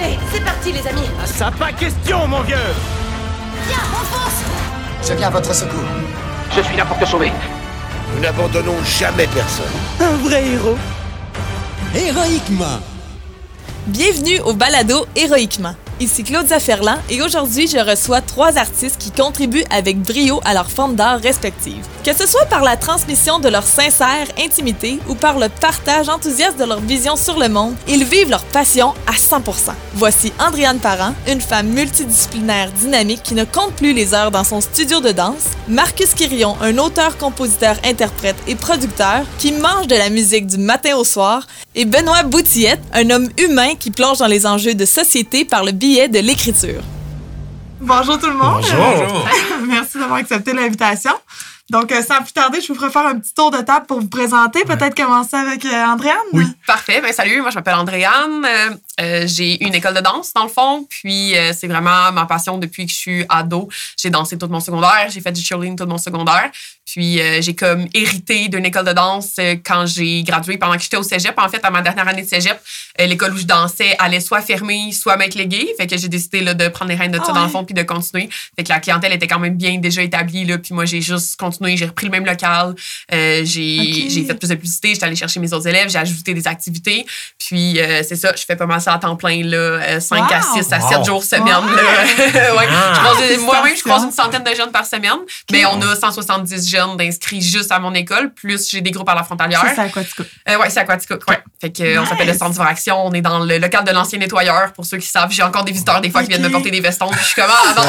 Allez, c'est parti les amis. Ah, ça pas question, mon vieux. Viens, on fonce. Je viens à votre secours. Je suis là pour te sauver. Nous n'abandonnons jamais personne. Un vrai héros. Héroïquement. Bienvenue au balado Héroïquement. Ici Claudia Ferland et aujourd'hui, je reçois 3 artistes qui contribuent avec brio à leur forme d'art respective. Que ce soit par la transmission de leur sincère intimité ou par le partage enthousiaste de leur vision sur le monde, ils vivent leur passion à 100%. Voici Andréane Parent, une femme multidisciplinaire dynamique qui ne compte plus les heures dans son studio de danse, Marcus Quirion, un auteur, compositeur, interprète et producteur qui mange de la musique du matin au soir, et Benoît Boutillette, un homme humain qui plonge dans les enjeux de société par le biais de l'écriture. Bonjour tout le monde. Bonjour. Merci d'avoir accepté l'invitation. Donc, sans plus tarder, je vous ferai faire un petit tour de table pour vous présenter. Peut-être commencer avec Andréane. Oui. Parfait. Ben, salut, moi je m'appelle Andréane. J'ai une école de danse dans le fond. Puis c'est vraiment ma passion depuis que je suis ado. J'ai dansé tout mon secondaire. J'ai fait du cheerleading tout mon secondaire. Puis j'ai comme hérité d'une école de danse quand j'ai gradué, pendant que j'étais au cégep. En fait, à ma dernière année de cégep, l'école où je dansais allait soit fermer, soit m'être léguée. Fait que j'ai décidé là, de prendre les rênes de ça dans le fond puis de continuer. Fait que la clientèle était quand même bien déjà établie. Là, puis moi, j'ai juste continué. J'ai repris le même local. J'ai fait plus de publicité. J'étais allée chercher mes autres élèves. J'ai ajouté des activités. Puis c'est ça, je fais pas mal ça à temps plein, là, 5 à 6 à 7 jours semaine. Là. Ouais. Moi-même, je croise une centaine de jeunes par semaine. Mais on a 170 jeunes d'inscrits juste à mon école. Plus j'ai des groupes à la frontalière. Ça, c'est à Aquaticook. Oui, c'est à Aquaticook. Ouais. Fait que, on s'appelle le Centre d'Ivraction. On est dans le local de l'ancien nettoyeur. Pour ceux qui savent, j'ai encore des visiteurs des fois qui viennent me porter des vestons. Puis je suis comme, ah non.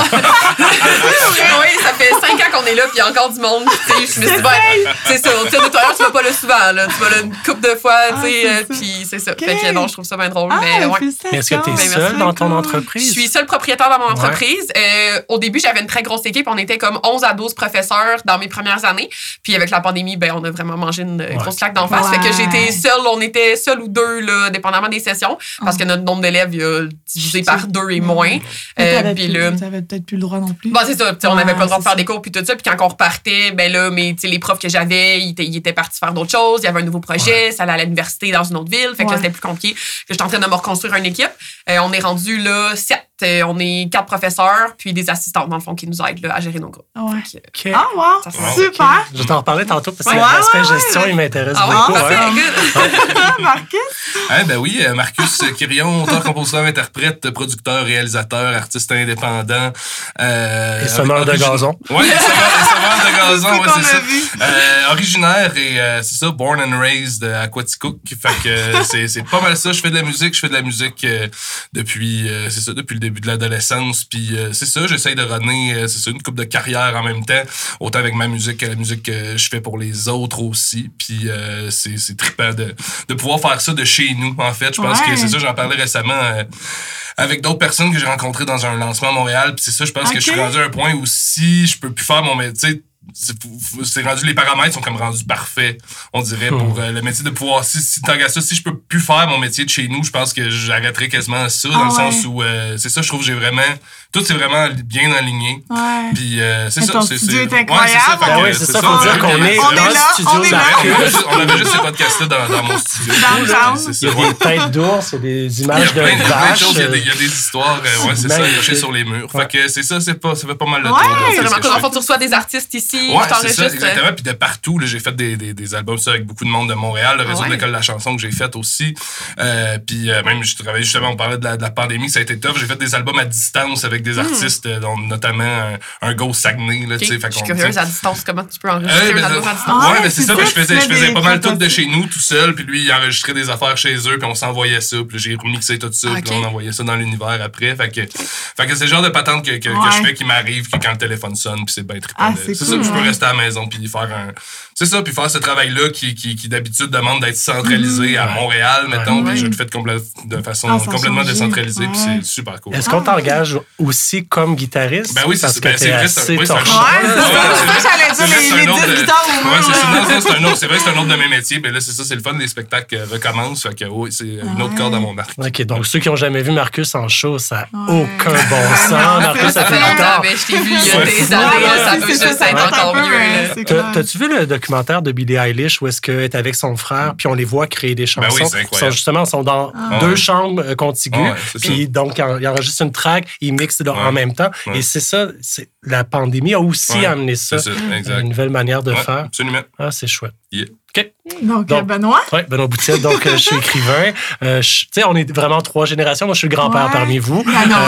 Oui, ça fait 5 ans qu'on est là. Puis il y a encore du monde. Je me suis dit, c'est ça, au nettoyeur, tu vas pas là souvent. Là. Tu vas là une couple de fois. Puis c'est ça. Fait que non, je trouve ça bien drôle. Mais ouais. Est-ce que tu es seule dans ton entreprise? Je suis seule propriétaire dans mon entreprise. Au début, j'avais une très grosse équipe. On était comme 11 à 12 professeurs dans mes premières années. Puis avec la pandémie, on a vraiment mangé une grosse claque d'en face. Fait que j'étais seule. On était seul ou deux, là, dépendamment des sessions. Parce que notre nombre d'élèves il a divisé par 2 et moins. Puis là, t'avais peut-être plus le droit non plus. Bon, c'est ça. On n'avait pas le droit de faire des cours puis tout ça. Puis quand on repartait, les profs que j'avais, ils étaient partis faire d'autres choses. Il y avait un nouveau projet. Ça allait à l'université dans une autre ville. Fait que là, c'était plus compliqué. Que j'étais en train de me reconstruire une équipe. On est rendu là 7. On est 4 professeurs puis des assistantes dans le fond qui nous aident là, à gérer nos groupes. Ouais. Okay. Ah wow, super. Je t'en reparler tantôt parce que l'aspect gestion, il m'intéresse beaucoup. Marcus? Ben oui, Marcus Quirion, auteur, compositeur, interprète, producteur, réalisateur, artiste indépendant. Et semeur de gazon. Oui, semeur de gazon, ouais, c'est ça. Originaire et c'est ça, born and raised à Aquaticook. Fait que c'est pas mal ça. Je fais de la musique depuis le début de l'adolescence. Puis c'est ça, j'essaye de runner une couple de carrière en même temps, autant avec ma musique que la musique que je fais pour les autres aussi. Puis c'est trippant de pouvoir faire ça de chez nous, en fait. Je pense que c'est ça, j'en parlais récemment avec d'autres personnes que j'ai rencontrées dans un lancement à Montréal. Puis c'est ça, je pense que je suis rendu à un point où si je peux plus faire mon métier, c'est rendu, les paramètres sont comme rendus parfaits, on dirait, pour le métier de pouvoir, si tant qu'à ça, si je peux plus faire mon métier de chez nous, je pense que j'arrêterais quasiment ça, dans le sens où, c'est ça, je trouve que j'ai vraiment, tout c'est vraiment bien aligné. Ouais. Puis c'est ça. Ton studio est incroyable. Ouais, c'est ça, faut dire qu'on est dans le studio de Marcus. On avait juste ces podcasts-là dans mon studio. Il y a des têtes d'ours, il y a des images de vaches. Il y a des histoires, c'est ça, accrochées sur les murs. Fait que c'est ça, ça fait pas mal de tour. C'est vraiment cool. En fait, tu reçois des artistes ici. Ouais, c'est ça, exactement. Puis de partout, là, j'ai fait des albums ça, avec beaucoup de monde de Montréal, le réseau de l'école de la chanson que j'ai fait aussi. Puis même, je travaillais justement, on parlait de la pandémie, ça a été tough. J'ai fait des albums à distance avec des artistes, dont notamment un go Saguenay. Là, je suis curieuse à distance, comment tu peux enregistrer un album à distance? Ouais, mais c'est ça, je faisais pas mal tout de chez nous, tout seul. Puis lui, il enregistrait des affaires chez eux, puis on s'envoyait ça. Puis j'ai remixé tout ça, puis on envoyait ça dans l'univers après. Fait que c'est le genre de patente que je fais qui m'arrive quand le téléphone sonne, puis c'est bien trippant. C'est ça, je peux rester à la maison puis faire puis faire ce travail-là qui d'habitude demande d'être centralisé à Montréal, mettons, puis je le fais de façon complètement décentralisée, puis c'est super cool. Est-ce qu'on t'engage aussi comme guitariste? Ben oui, parce que t'es assez torché. C'est vrai que c'est un autre de mes métiers, mais là, c'est ça, c'est le fun, les spectacles recommencent, fait que oui, c'est une autre corde à mon arc. OK, donc ceux qui n'ont jamais vu Marcus en show, ça n'a aucun bon sens. Marcus, ça fait longtemps. Je t'ai vu il y a des années, ça peut juste être encore mieux. T'as-tu vu le documentaire documentaire de Billie Eilish où est-ce qu'elle est avec son frère, puis on les voit créer des chansons. Ben oui, c'est incroyable. Ils sont dans deux chambres contiguës, puis ça. Donc ils enregistrent une track, ils mixent en même temps. Et c'est ça, la pandémie a aussi amené ça. C'est ça, exact. Une nouvelle manière de faire. Absolument. Ah, c'est chouette. Yeah. OK. Donc, Benoît? Oui, Benoît Boutiette. Donc, je suis écrivain. Tu sais, on est vraiment 3 générations. Moi, je suis le grand-père parmi vous.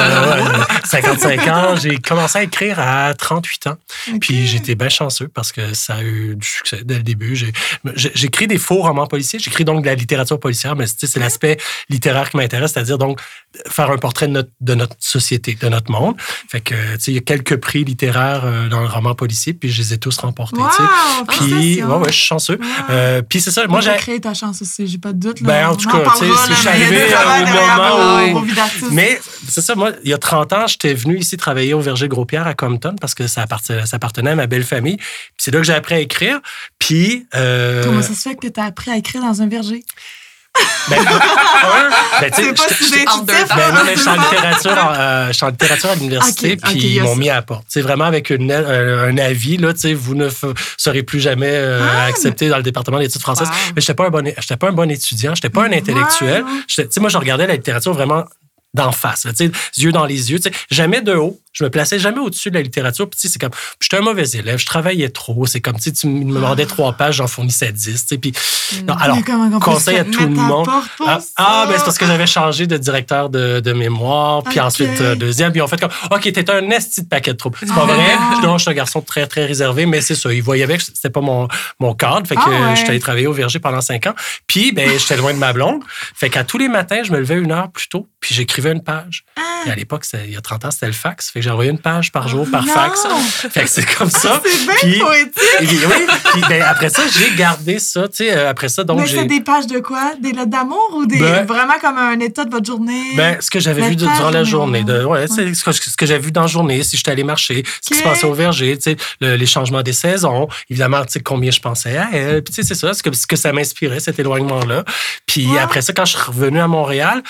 55 ans. J'ai commencé à écrire à 38 ans. Okay. Puis, j'étais bien chanceux parce que ça a eu du succès dès le début. J'écris des faux romans policiers. J'écris donc de la littérature policière, mais c'est l'aspect littéraire qui m'intéresse, c'est-à-dire donc faire un portrait de notre société, de notre monde. Fait que, tu sais, il y a quelques prix littéraires dans le roman policier, puis je les ai tous remportés. Wow, puis, ouais, je suis chanceux. Wow. Puis c'est ça. Moi, j'ai créé ta chance aussi, j'ai pas de doute. Là. Ben, en tout cas, tu sais, si je suis arrivé au moment où... Mais c'est ça, moi, il y a 30 ans, j'étais venu ici travailler au Verger Gros-Pierre à Compton parce que ça appartenait à ma belle famille. Puis c'est là que j'ai appris à écrire. Puis... Comment ça se fait que tu as appris à écrire dans un verger? Ben, c'est pas si intuitif. Non, mais je suis en littérature à l'université, puis ils m'ont mis à la porte. C'est vraiment avec un avis, là, vous ne serez plus jamais accepté dans le département d'études françaises. Mais j'étais pas un bon étudiant, j'étais pas un intellectuel. Moi, je regardais la littérature vraiment d'en face, yeux dans les yeux, jamais de haut. Je me plaçais jamais au-dessus de la littérature. Puis, c'est comme, j'étais un mauvais élève, je travaillais trop. C'est comme, tu me demandais 3 pages, j'en fournissais 10. Puis, alors, conseil à tout le monde. Ben, c'est parce que j'avais changé de directeur de mémoire. Puis ensuite, deuxième. Puis, on fait comme, OK, t'es un esti de paquet de troubles. C'est pas vrai. Je suis un garçon très, très réservé, mais c'est ça. Ils voyaient bien que c'était pas mon cadre. Fait que j'étais allé travailler au Verger pendant 5 ans. Puis, ben, j'étais loin de ma blonde. Fait qu'à tous les matins, je me levais 1 heure plus tôt. Puis, j'écrivais une page. Et à l'époque, il y a 30 ans, c'était le fax. Fait que j'ai envoyé 1 page par jour par fax. Fait que c'est comme ça. C'est bien poétique. Oui. Puis ben, après ça, j'ai gardé ça. Après ça, donc, mais c'est des pages de quoi? Des lettres d'amour ou vraiment comme un état de votre journée? Ben, ce que j'avais vu durant la journée. C'est ce que j'avais vu dans la journée, si j'étais allé marcher, ce qui se passait au Verger, les changements des saisons, évidemment, combien je pensais à elle. Puis c'est ça, ce que ça m'inspirait, cet éloignement-là. Puis après ça, quand je suis revenu à Montréal,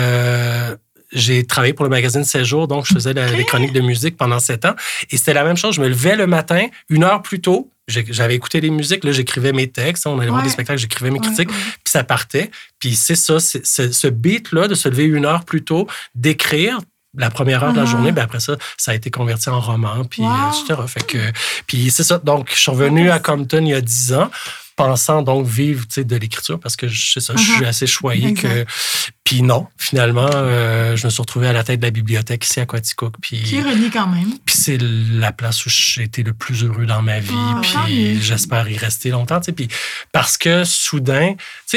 j'ai travaillé pour le magazine 16 jours, donc je faisais les chroniques de musique pendant 7 ans. Et c'était la même chose. Je me levais le matin, 1 heure plus tôt. J'avais écouté les musiques, là, j'écrivais mes textes. On allait voir des spectacles, j'écrivais mes critiques. Puis ça partait. Puis c'est ça, ce beat-là, de se lever 1 heure plus tôt, d'écrire la première heure de la journée, ben après ça a été converti en roman, puis etc. Fait que, puis c'est ça. Donc, je suis revenu à Compton il y a 10 ans, pensant donc vivre de l'écriture, parce que je suis assez choyé que... Puis non, finalement, je me suis retrouvé à la tête de la bibliothèque ici à Quaticook. Qui est relié quand même. Puis c'est la place où j'ai été le plus heureux dans ma vie, puis j'espère y rester longtemps. Puis parce que soudain,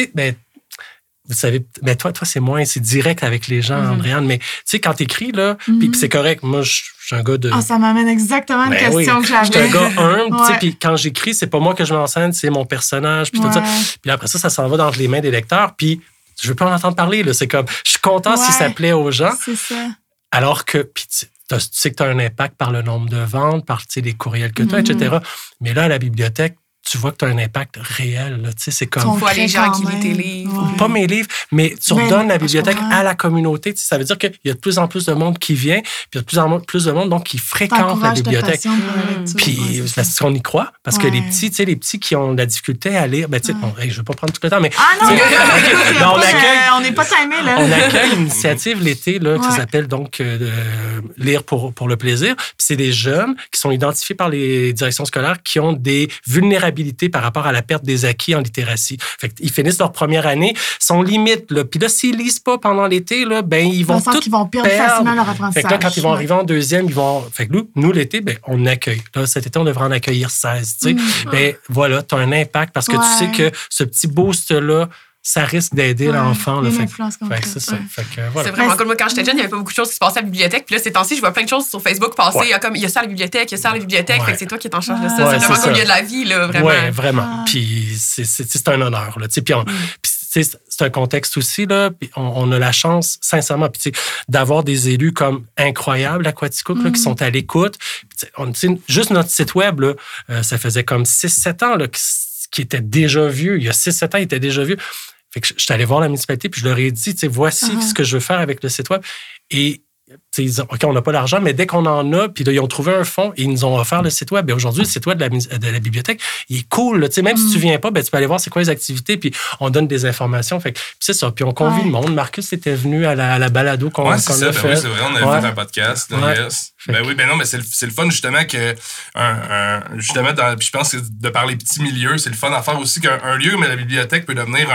vous savez, mais toi, c'est moins, c'est direct avec les gens, Andréane, mais tu sais, quand t'écris, là, puis c'est correct, moi, je suis un gars de... ça m'amène exactement une question que j'avais. Je suis un gars humble, tu sais, puis quand j'écris, c'est pas moi que je m'enseigne, c'est mon personnage, puis tout ça. Puis après ça s'en va dans les mains des lecteurs, puis je veux pas en entendre parler, là, c'est comme, je suis content si ça plaît aux gens. C'est ça. Alors que, puis tu sais que t'as un impact par le nombre de ventes, par, les courriels que t'as, etc. Mais là, à la bibliothèque, tu vois que tu as un impact réel. Là. C'est comme... On voit les gens qui lisent tes livres. Pas mes livres, mais tu redonnes la bibliothèque à la communauté. Ça veut dire qu'il y a de plus en plus de monde qui vient, puis il y a de plus en plus de monde donc, qui fréquente la bibliothèque. Puis parce qu'on y croit, parce que les petits qui ont de la difficulté à lire, je ne vais pas prendre tout le temps, mais... on n'est pas timé, là. On accueille une initiative l'été là, qui s'appelle donc Lire pour le plaisir. Puis c'est des jeunes qui sont identifiés par les directions scolaires qui ont des vulnérabilités par rapport à la perte des acquis en littératie. Fait qu'ils finissent leur première année, sont limites. Là. Puis là, s'ils lisent pas pendant l'été, là, ben ils vont tout vont perdre facilement leur apprentissage. Fait que là, quand ils vont arriver en deuxième, ils vont... Fait que nous l'été, ben on accueille. Là, cet été, on devrait en accueillir 16. Tu sais. Ben voilà, tu as un impact parce que tu sais que ce petit boost-là, ça risque d'aider l'enfant. Là, c'est ça. C'est vraiment cool. Moi, quand j'étais jeune, il n'y avait pas beaucoup de choses qui se passaient à la bibliothèque. Puis là, ces temps-ci, je vois plein de choses sur Facebook passer. Il y a ça à la bibliothèque, il y a ça à la bibliothèque. Fait que c'est toi qui es en charge de ça. C'est vraiment comme il y a de la vie, là, vraiment. Oui, vraiment. Puis c'est un honneur. Là, puis c'est un contexte aussi, là, puis on a la chance, sincèrement, puis d'avoir des élus comme incroyables à Quaticook, là, qui sont à l'écoute. Juste notre site web, là, ça faisait comme 6-7 ans là, qui était déjà vieux. Il y a 6-7 ans, il était déjà vieux. Fait que je suis allé voir la municipalité, puis je leur ai dit, voici ce que je veux faire avec le site web. Et ils disent, OK, on n'a pas l'argent, mais dès qu'on en a, puis là, ils ont trouvé un fonds et ils nous ont offert le site web. Et aujourd'hui, le site web de la bibliothèque, il est cool. Là. Même si tu viens pas, tu peux aller voir c'est quoi les activités, puis on donne des informations. Fait que, c'est ça. Puis on convie le monde. Marcus était venu à la balado qu'on a fait. Oui, c'est vrai, on avait fait un podcast. Yes. Non, mais c'est le fun, justement, que justement, puis je pense que de par les petits milieux, c'est le fun à faire aussi qu'un lieu, mais la bibliothèque peut devenir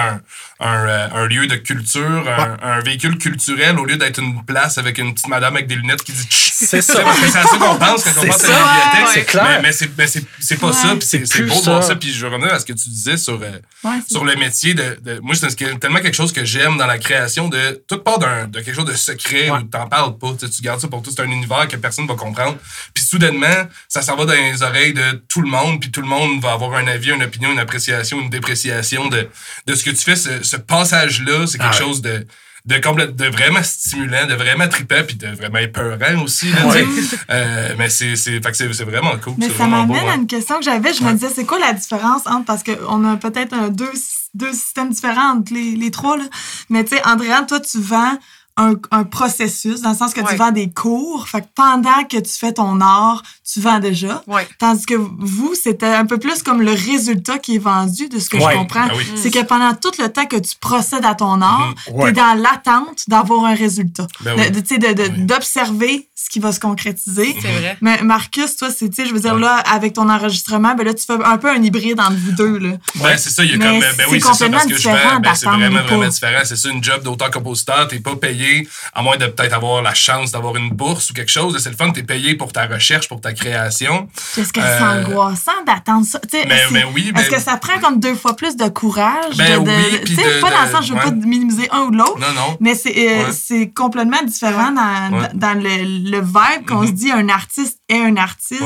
un lieu de culture, un véhicule culturel, au lieu d'être une place avec une petite madame avec des lunettes qui dit c'est ça. Parce que c'est à ça qu'on pense quand on pense à la bibliothèque. C'est clair. Mais c'est pas ça. Puis c'est beau de voir ça. Puis je veux revenir à ce que tu disais sur le métier. Moi, c'est tellement quelque chose que j'aime dans la création. Tout part de quelque chose de secret où t'en parles pas. Tu gardes ça pour tout. C'est un univers que personne va comprendre. Puis soudainement, ça s'en va dans les oreilles de tout le monde. Puis tout le monde va avoir un avis, une opinion, une appréciation, une dépréciation de ce que tu fais. Ce passage-là, c'est quelque chose de vraiment stimulant, de vraiment trippant, puis de vraiment épeurant aussi. Là, mais c'est vraiment cool. Mais ça m'amène à une question que j'avais. Je me disais, c'est quoi la différence entre... Parce qu'on a peut-être deux systèmes différents entre les trois. Là. Mais tu sais, Andréane, toi, tu vends un processus, dans le sens que tu vends des cours. Fait que pendant que tu fais ton art, tu vends déjà. Tandis que vous, c'était un peu plus comme le résultat qui est vendu, de ce que je comprends. Ben oui. C'est que pendant tout le temps que tu procèdes à ton art, tu es dans l'attente d'avoir un résultat. Ben d'observer ce qui va se concrétiser. C'est vrai. Mais Marcus, toi, je veux dire, là, avec ton enregistrement, là, tu fais un peu un hybride entre vous deux. Là. Ben, c'est ça. Il y a comme, c'est ça, parce que je fais, c'est vraiment différent. C'est ça, une job d'auteur-compositeur. T'es pas payé, à moins de peut-être avoir la chance d'avoir une bourse ou quelque chose. C'est le fun, t'es payé pour ta recherche, pour ta création. Est-ce que c'est angoissant d'attendre ça? Mais oui. Est-ce que ça prend comme 2 fois plus de courage? Oui. Pas dans le sens, je veux pas minimiser un ou l'autre. Non. Mais c'est complètement différent dans le vibe qu'on se dit un artiste est un artiste.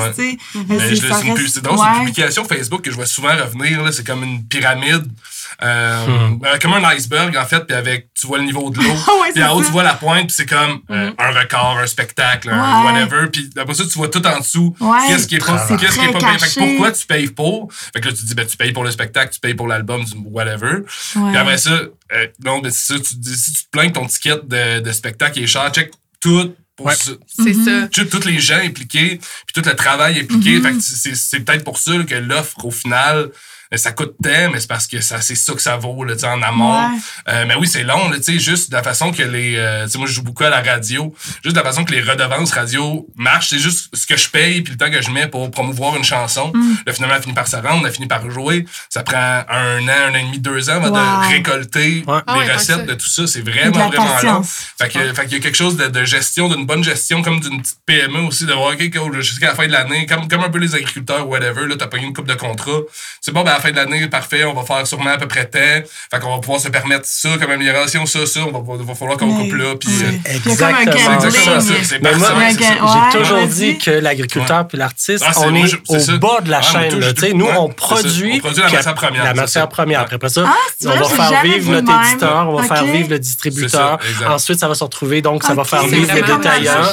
C'est dans une publication Facebook que je vois souvent revenir. Là, c'est comme une pyramide. Comme un iceberg, en fait, puis avec, tu vois le niveau de l'eau, puis en haut, tu vois la pointe, puis c'est comme un record, un spectacle, un whatever, puis après ça, tu vois tout en dessous, qu'est-ce qui est pas payé. Fait que pourquoi tu payes pour? Fait que là, tu dis, tu payes pour le spectacle, tu payes pour l'album, whatever. Puis après ça, c'est ça, tu dis, si tu te plains que ton ticket de spectacle est cher, check tout. C'est ça. Tous les gens impliqués, puis tout le travail impliqué. Fait que c'est peut-être pour ça que l'offre, au final, ça coûte tant, mais c'est parce que c'est ça que ça vaut là, en amont. Mais oui, c'est long, là, juste de la façon que moi, je joue beaucoup à la radio, juste de la façon que les redevances radio marchent, c'est juste ce que je paye puis le temps que je mets pour promouvoir une chanson. Là, finalement, elle finit par se rendre, elle finit par jouer. Ça prend 1 an, 1 an et demi, 2 ans avant de récolter les recettes de tout ça. C'est vraiment long. Fait qu'il y a quelque chose de gestion, d'une bonne gestion, comme d'une petite PME aussi, de voir jusqu'à la fin de l'année, comme un peu les agriculteurs, whatever, là, t'as payé une coupe de contrat. C'est bon, à la fin de l'année, parfait, on va faire sûrement à peu près tant. Fait qu'on va pouvoir se permettre ça comme amélioration, ça, on va falloir qu'on coupe là. Puis, exactement ça. C'est j'ai toujours dit que l'agriculteur puis l'artiste, on est au bas de la chaîne. Nous, on produit la matière première. Après ça, on va faire vivre notre éditeur, on va faire vivre le distributeur. Ensuite, ça va se retrouver, donc ça va faire vivre le détaillant.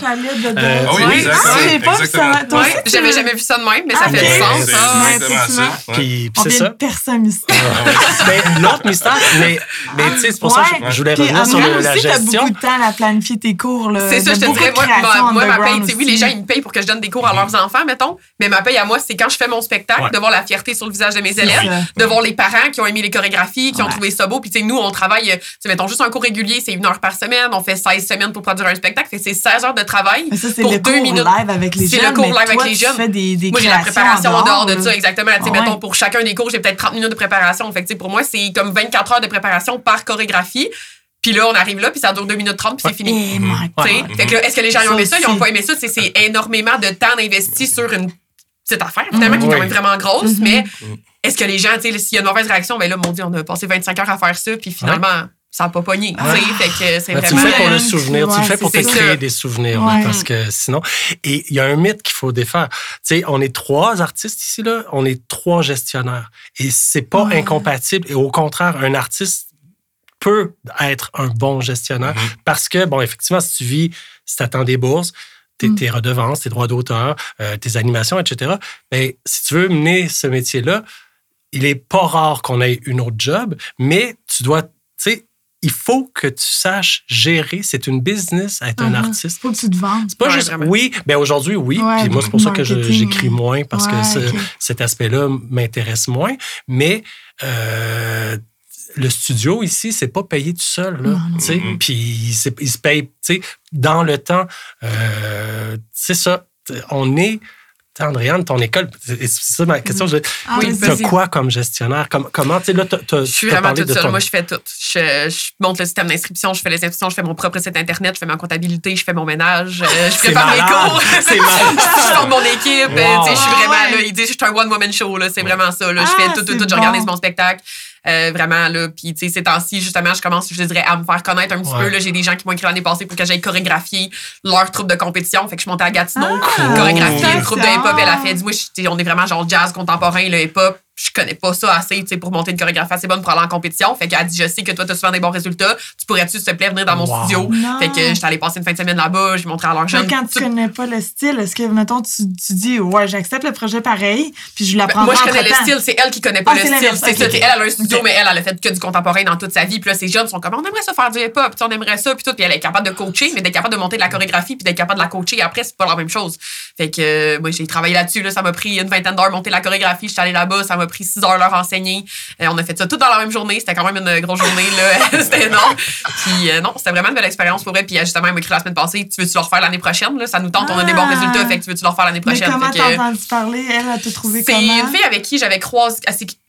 J'avais jamais vu ça de même, mais ça fait du sens. Puis c'est ça. Personne mystère. L'autre mystère, mais tu sais, c'est pour ça que je voulais revenir sur la gestion. Tu as beaucoup de temps à planifier tes cours. C'est ça, je te dirais. Moi, ma paye, oui, les gens, ils me payent pour que je donne des cours à leurs enfants, mettons. Mais ma paye à moi, c'est quand je fais mon spectacle, de voir la fierté sur le visage de mes élèves, de voir les parents qui ont aimé les chorégraphies, qui ont trouvé ça beau. Puis, tu sais, nous, on travaille, mettons, juste un cours régulier, c'est 1 heure par semaine. On fait 16 semaines pour produire un spectacle. Fait que c'est 16 heures de travail. Mais ça, c'est pour le 2 cours minutes. Live avec les jeunes. C'est le cours live avec les jeunes. Moi, j'ai la préparation en dehors de ça, exactement. Tu sais, mettons, pour chacun des cours, j'ai peut-être 30 minutes de préparation. Fait que, pour moi, c'est comme 24 heures de préparation par chorégraphie. Puis là, on arrive là, puis ça dure 2 minutes 30, puis c'est fini. Fait que là, est-ce que les gens ont aimé ça? Ils n'ont pas aimé ça. C'est énormément de temps investi sur une petite affaire, finalement, qui est quand même vraiment grosse. Mais est-ce que les gens, s'il y a une mauvaise réaction, ben là, mon Dieu, on a passé 25 heures à faire ça, puis finalement, ça n'a pas pogné. Fait que c'est vraiment... Tu le fais pour le souvenir, tu le fais pour te créer des souvenirs. Parce que sinon... Et il y a un mythe qu'il faut défaire. Tu sais, on est 3 artistes ici, là. On est 3 gestionnaires. Et c'est pas incompatible. Et au contraire, un artiste peut être un bon gestionnaire parce que, bon, effectivement, si tu attends des bourses, tes redevances, tes droits d'auteur, tes animations, etc., mais si tu veux mener ce métier-là, il est pas rare qu'on ait une autre job, mais tu dois, tu sais, il faut que tu saches gérer. C'est une business, être un artiste. Il faut que tu te vendes. C'est pas juste... Oui, bien aujourd'hui, oui. Ouais, puis moi, c'est pour ça que j'écris ouais. moins, parce que cet aspect-là m'intéresse moins. Mais le studio ici, c'est pas payé tout seul. Puis il se paye dans le temps. C'est ça. On est... Andréane, ton école, c'est ça ma question. Tu as quoi comme gestionnaire? Comment, tu sais, là, je suis vraiment toute seule. Moi, je fais tout. Je monte le système d'inscription, je fais les inscriptions, je fais mon propre site Internet, je fais ma comptabilité, je fais mon ménage, je prépare mes cours. C'est malade. Je forme mon équipe. Wow. Je suis vraiment, là, ils disent, je suis un one-woman show, là, c'est vraiment ça. Là. Je fais tout, j'organise mon spectacle. Vraiment, là. Puis, tu sais, ces temps-ci, justement, je commence, je dirais, à me faire connaître un petit peu. Là, j'ai des gens qui m'ont écrit l'année passée pour que j'aille chorégraphier leur troupe de compétition. Fait que je montais à Gatineau, chorégraphier une troupe de hip-hop. Elle a fait, dis-moi, on est vraiment genre jazz contemporain, le hip-hop. Je connais pas ça assez, tu sais, pour monter une chorégraphie assez bonne pour aller en compétition. Fait qu'elle dit, je sais que toi, t'as souvent des bons résultats. Tu pourrais-tu, s'il te plaît, venir dans mon studio? Non. Fait que j'étais allée passer une fin de semaine là-bas, je montrais à leur jeune. Mais quand tu connais pas le style, est-ce que, mettons, tu dis, ouais, j'accepte le projet pareil, puis je l'apprends. Moi, je connais le style, c'est elle qui connaît pas le style. C'est ça, elle a un studio, mais elle a fait que du contemporain dans toute sa vie. Puis là, ces jeunes sont comme, on aimerait ça faire du hip-hop, on aimerait ça, puis tout. Puis elle est capable de coacher, mais d'être capable de monter de la chorégraphie, puis d'être capable de la coacher après, c'est pas la même chose. Fait que, moi, j'ai travaillé là-dessus, là, ça m'a pris une 20aine d'heures monter la chorégraphie. J'étais allée là-bas, ça m'a pris 6 heures leur enseigner. On a fait ça tout dans la même journée. C'était quand même une grosse journée, là. C'était énorme. Puis non, c'était vraiment une belle expérience pour elle. Puis justement, elle m'a écrit la semaine passée, tu veux-tu le refaire l'année prochaine? Là? Ça nous tente, on a des bons résultats. Fait que tu veux-tu le refaire l'année prochaine? Mais comment t'as entendu parler? Elle a te trouvé comment? C'est une fille avec qui j'avais croisé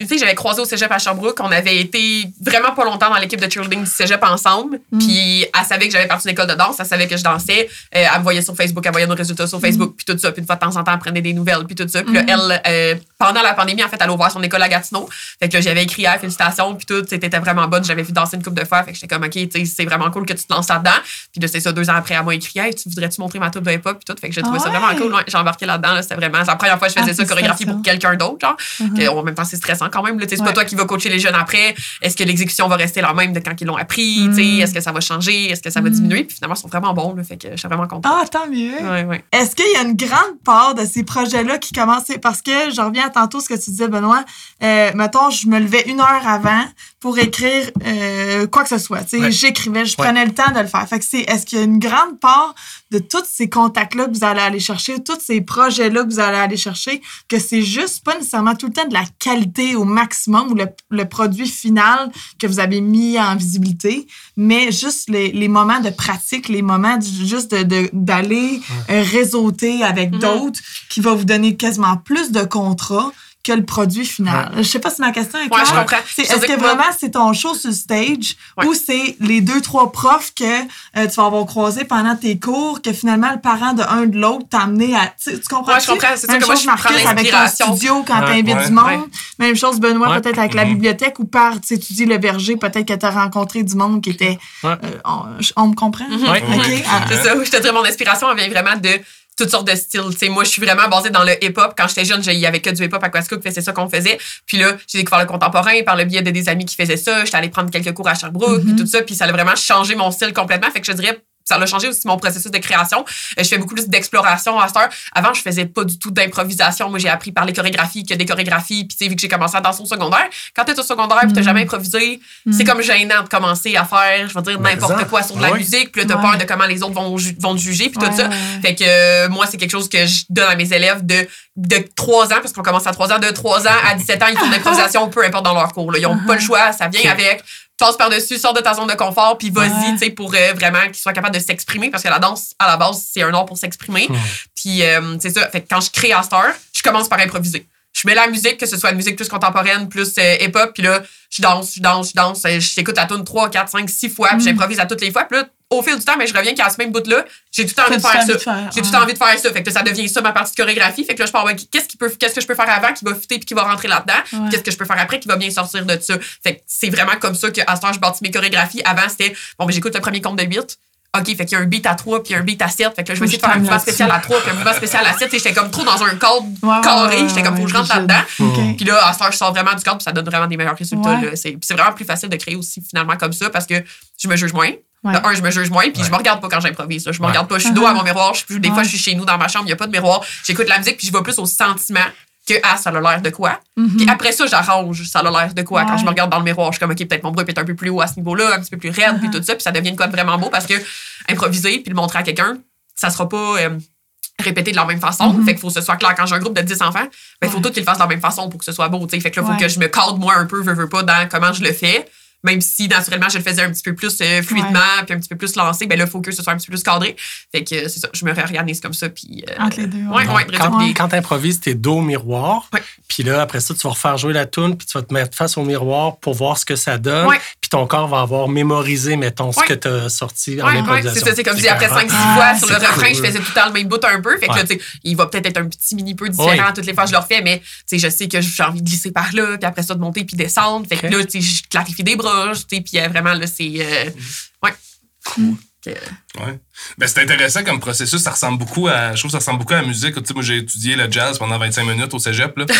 au cégep à Sherbrooke. On avait été vraiment pas longtemps dans l'équipe de cheerleading du cégep ensemble. Puis elle savait que j'avais parti d'une école de danse. Elle savait que je dansais. Elle me voyait sur Facebook. Elle voyait nos résultats sur Facebook. Puis tout ça. Puis une fois de temps en temps, elle prenait des nouvelles. Puis tout ça. Puis là, elle, pendant la pandémie, en fait, elle a ouvert son école à Gatineau. Fait que là, j'avais écrit à félicitations. Puis tout. C'était vraiment bonne. J'avais vu danser une couple de fois. Fait que j'étais comme, OK, c'est vraiment cool que tu te lances là-dedans. Puis là, c'est ça, 2 ans après, elle m'a écrit, hey, tu voudrais-tu montrer ma troupe de hip-hop? Puis tout. Fait que j'ai trouvé ça vraiment cool. Ouais, j'ai embarqué là-dedans. Là, c'était vraiment la première fois que je faisais ça, chorégraphie pour quelqu'un d'autre. Genre. En même temps, c'est stressant quand même. Là, c'est pas toi qui vas coacher les jeunes après. Est-ce que l'exécution va rester la même de quand ils l'ont appris? Est-ce que ça va changer? Est-ce que ça va diminuer? Puis finalement, ils sont vraiment bons. Là, fait que je suis vraiment contente. Ah, tant mieux. Ouais. Est-ce qu'il y a une grande part de ces projets-là qui commencent? Parce que je reviens à tantôt ce que tu disais, Benoît. Mettons, je me levais 1 heure avant pour écrire quoi que ce soit. J'écrivais, je prenais le temps de le faire. Fait que est-ce qu'il y a une grande part de tous ces contacts-là que vous allez aller chercher, tous ces projets-là que vous allez aller chercher, que c'est juste pas nécessairement tout le temps de la qualité au maximum ou le produit final que vous avez mis en visibilité, mais juste les moments de pratique, les moments juste d'aller réseauter avec d'autres qui va vous donner quasiment plus de contrats que le produit final. Je sais pas si ma question est claire. Ouais, je comprends. Est-ce que vraiment c'est ton show sur stage ou c'est les 2-3 profs que tu vas avoir croisés pendant tes cours que finalement le parent de un de l'autre t'a amené à... Tu comprends? Ouais, je comprends. C'est ça que moi, je prends l'inspiration. Avec ton studio quand t'invites du monde. Même chose, Benoît, peut-être avec la bibliothèque ou par, tu étudies le verger, peut-être que t'as rencontré du monde qui était... on me comprend? OK. C'est ça. Je te dirais, mon inspiration, elle vient vraiment de toutes sortes de styles. T'sais, moi, je suis vraiment basée dans le hip-hop. Quand j'étais jeune, il y avait que du hip-hop à Quaticook, c'est ça qu'on faisait. Puis là, j'ai découvert le contemporain par le biais de des amis qui faisaient ça. J'étais allée prendre quelques cours à Sherbrooke, puis tout ça. Puis ça a vraiment changé mon style complètement. Fait que je dirais, ça a changé aussi mon processus de création. Je fais beaucoup plus d'exploration à cette heure. Avant, je faisais pas du tout d'improvisation. Moi, j'ai appris par les chorégraphies, que des chorégraphies. Puis, tu sais, vu que j'ai commencé à danser au secondaire, quand t'es au secondaire puis t'as jamais improvisé, c'est comme gênant de commencer à faire, je veux dire, n'importe quoi sur de la musique. Puis là, t'as peur de comment les autres vont te juger, puis tout ça. Fait que moi, c'est quelque chose que je donne à mes élèves de 3 ans, parce qu'on commence à 3 ans. De 3 ans à 17 ans, ils font de l'improvisation, peu importe dans leur cours. Là. Ils ont pas le choix. Ça vient avec... Passe par-dessus, sors de ta zone de confort, puis vas-y, tu sais, pour vraiment qu'ils soient capables de s'exprimer, parce que la danse, à la base, c'est un art pour s'exprimer. Puis, c'est ça. Fait que quand je crée à cette heure, je commence par improviser. Je mets la musique, que ce soit une musique plus contemporaine, plus hip-hop, puis là, je danse. J'écoute la tune 3, 4, 5, 6 fois, puis j'improvise à toutes les fois. Puis là, au fil du temps, mais je reviens qu'à ce même bout-là, j'ai tout le temps envie de faire ça. J'ai tout le temps envie de faire ça. Fait que ça devient ça, ma partie de chorégraphie. Fait que là, je pars, qu'est-ce que je peux faire avant qui va fitter puis qui va rentrer là-dedans? Qu'est-ce que je peux faire après qui va bien sortir de ça? Fait que c'est vraiment comme ça qu'à ce temps, je bâtis mes chorégraphies. Avant, c'était, j'écoute le premier compte de 8. OK, fait qu'il y a un beat à 3 puis un beat à 7. Fait que là, je vais essayer de faire un mouvement spécial à 3 puis un mouvement spécial à 7. J'étais comme trop dans un cadre carré. J'étais comme, faut que je rentre là-dedans. Puis là, à ce temps, je sors vraiment du cadre puis ça donne vraiment des meilleurs résultats. Là. C'est vraiment plus facile de créer aussi, finalement, comme ça parce que je me juge moins. Je me juge moins, puis je me regarde pas quand j'improvise. Je me regarde pas. Je suis dos à mon miroir. Des fois, je suis chez nous dans ma chambre, il n'y a pas de miroir. J'écoute la musique, puis je vais plus au sentiment que ça a l'air de quoi. Puis après ça, j'arrange, ça a l'air de quoi. Quand je me regarde dans le miroir, je suis comme, OK, peut-être mon bras peut être un peu plus haut à ce niveau-là, un petit peu plus raide, puis tout ça, puis ça devient une code vraiment beau parce que improviser puis le montrer à quelqu'un, ça sera pas répété de la même façon. Fait qu'il faut que ce soit clair. Quand j'ai un groupe de 10 enfants, il faut tous qu'ils le fassent de la même façon pour que ce soit beau. T'sais. Fait que là, il faut que je me cadre moi un peu, veux pas, dans comment je le fais. Même si, naturellement, je le faisais un petit peu plus fluidement puis un petit peu plus lancé, ben là, il faut que ce soit un petit peu plus cadré. Fait que c'est ça, je me réorganise comme ça. Puis, entre les deux. Quand tu improvises, t'es dos au miroir, puis là, après ça, tu vas refaire jouer la toune, puis tu vas te mettre face au miroir pour voir ce que ça donne. Puis ton corps va avoir mémorisé, mettons, ce que tu as sorti en improvisation. C'est ça, c'est comme si après 5-6 fois sur le refrain, je faisais tout le temps le même bout un peu. Fait que là, tu sais, il va peut-être être un petit mini peu différent toutes les fois que je le refais, mais tu sais, je sais que j'ai envie de glisser par là, puis après ça, de monter puis descendre. Fait que là, tu sais, je clarifie des bras, tu sais, puis vraiment, là, c'est... Cool. Ben, c'est intéressant comme processus. Ça ressemble beaucoup à... Je trouve que ça ressemble beaucoup à la musique. Tu sais, moi, j'ai étudié le jazz pendant 25 minutes au cégep. Là.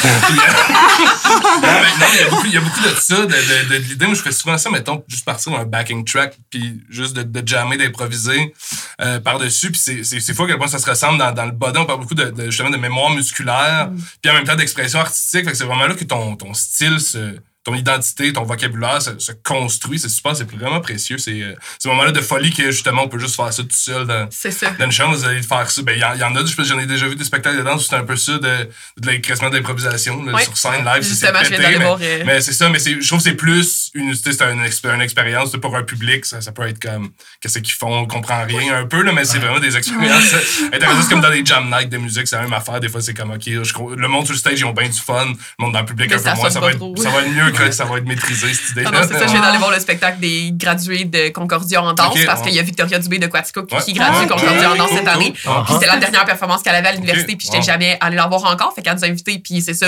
Il y a beaucoup de ça, de l'idée. Moi, je fais souvent ça, mettons, juste partir un backing track, puis juste de jammer, d'improviser par-dessus. Puis c'est fou à quel point ça se ressemble dans le body. On parle beaucoup justement de mémoire musculaire, puis en même temps d'expression artistique. Fait que c'est vraiment là que ton style ton identité, ton vocabulaire se construit. C'est super, c'est vraiment précieux. C'est ce moment-là de folie que, justement, on peut juste faire ça tout seul dans une chambre. Vous allez faire ça. Ben, il y en a, j'en ai déjà vu des spectacles de danse où c'est un peu ça, de quasiment d'improvisation, sur scène, live. Justement, c'est pété, mais c'est ça, mais je trouve que c'est plus une expérience pour un public. Ça peut être comme, qu'est-ce qu'ils font, on comprend rien un peu, là, mais c'est vraiment des expériences intéressantes. C'est comme dans les jam nights de musique, c'est la même affaire. Des fois, c'est comme, OK, le monde sur le stage, ils ont bien du fun. Le monde dans le public, un peu moins. Ça va être mieux que ça va être maîtrisé, cette idée-là. Non, c'est ça. Je viens d'aller voir le spectacle des gradués de Concordia en danse parce qu'il y a Victoria Dubé de Quaticook qui gradue Concordia en danse cette année. Puis c'était la dernière performance qu'elle avait à l'université, puis j'étais jamais allée la voir encore. Fait qu'elle nous a invités, puis c'est ça.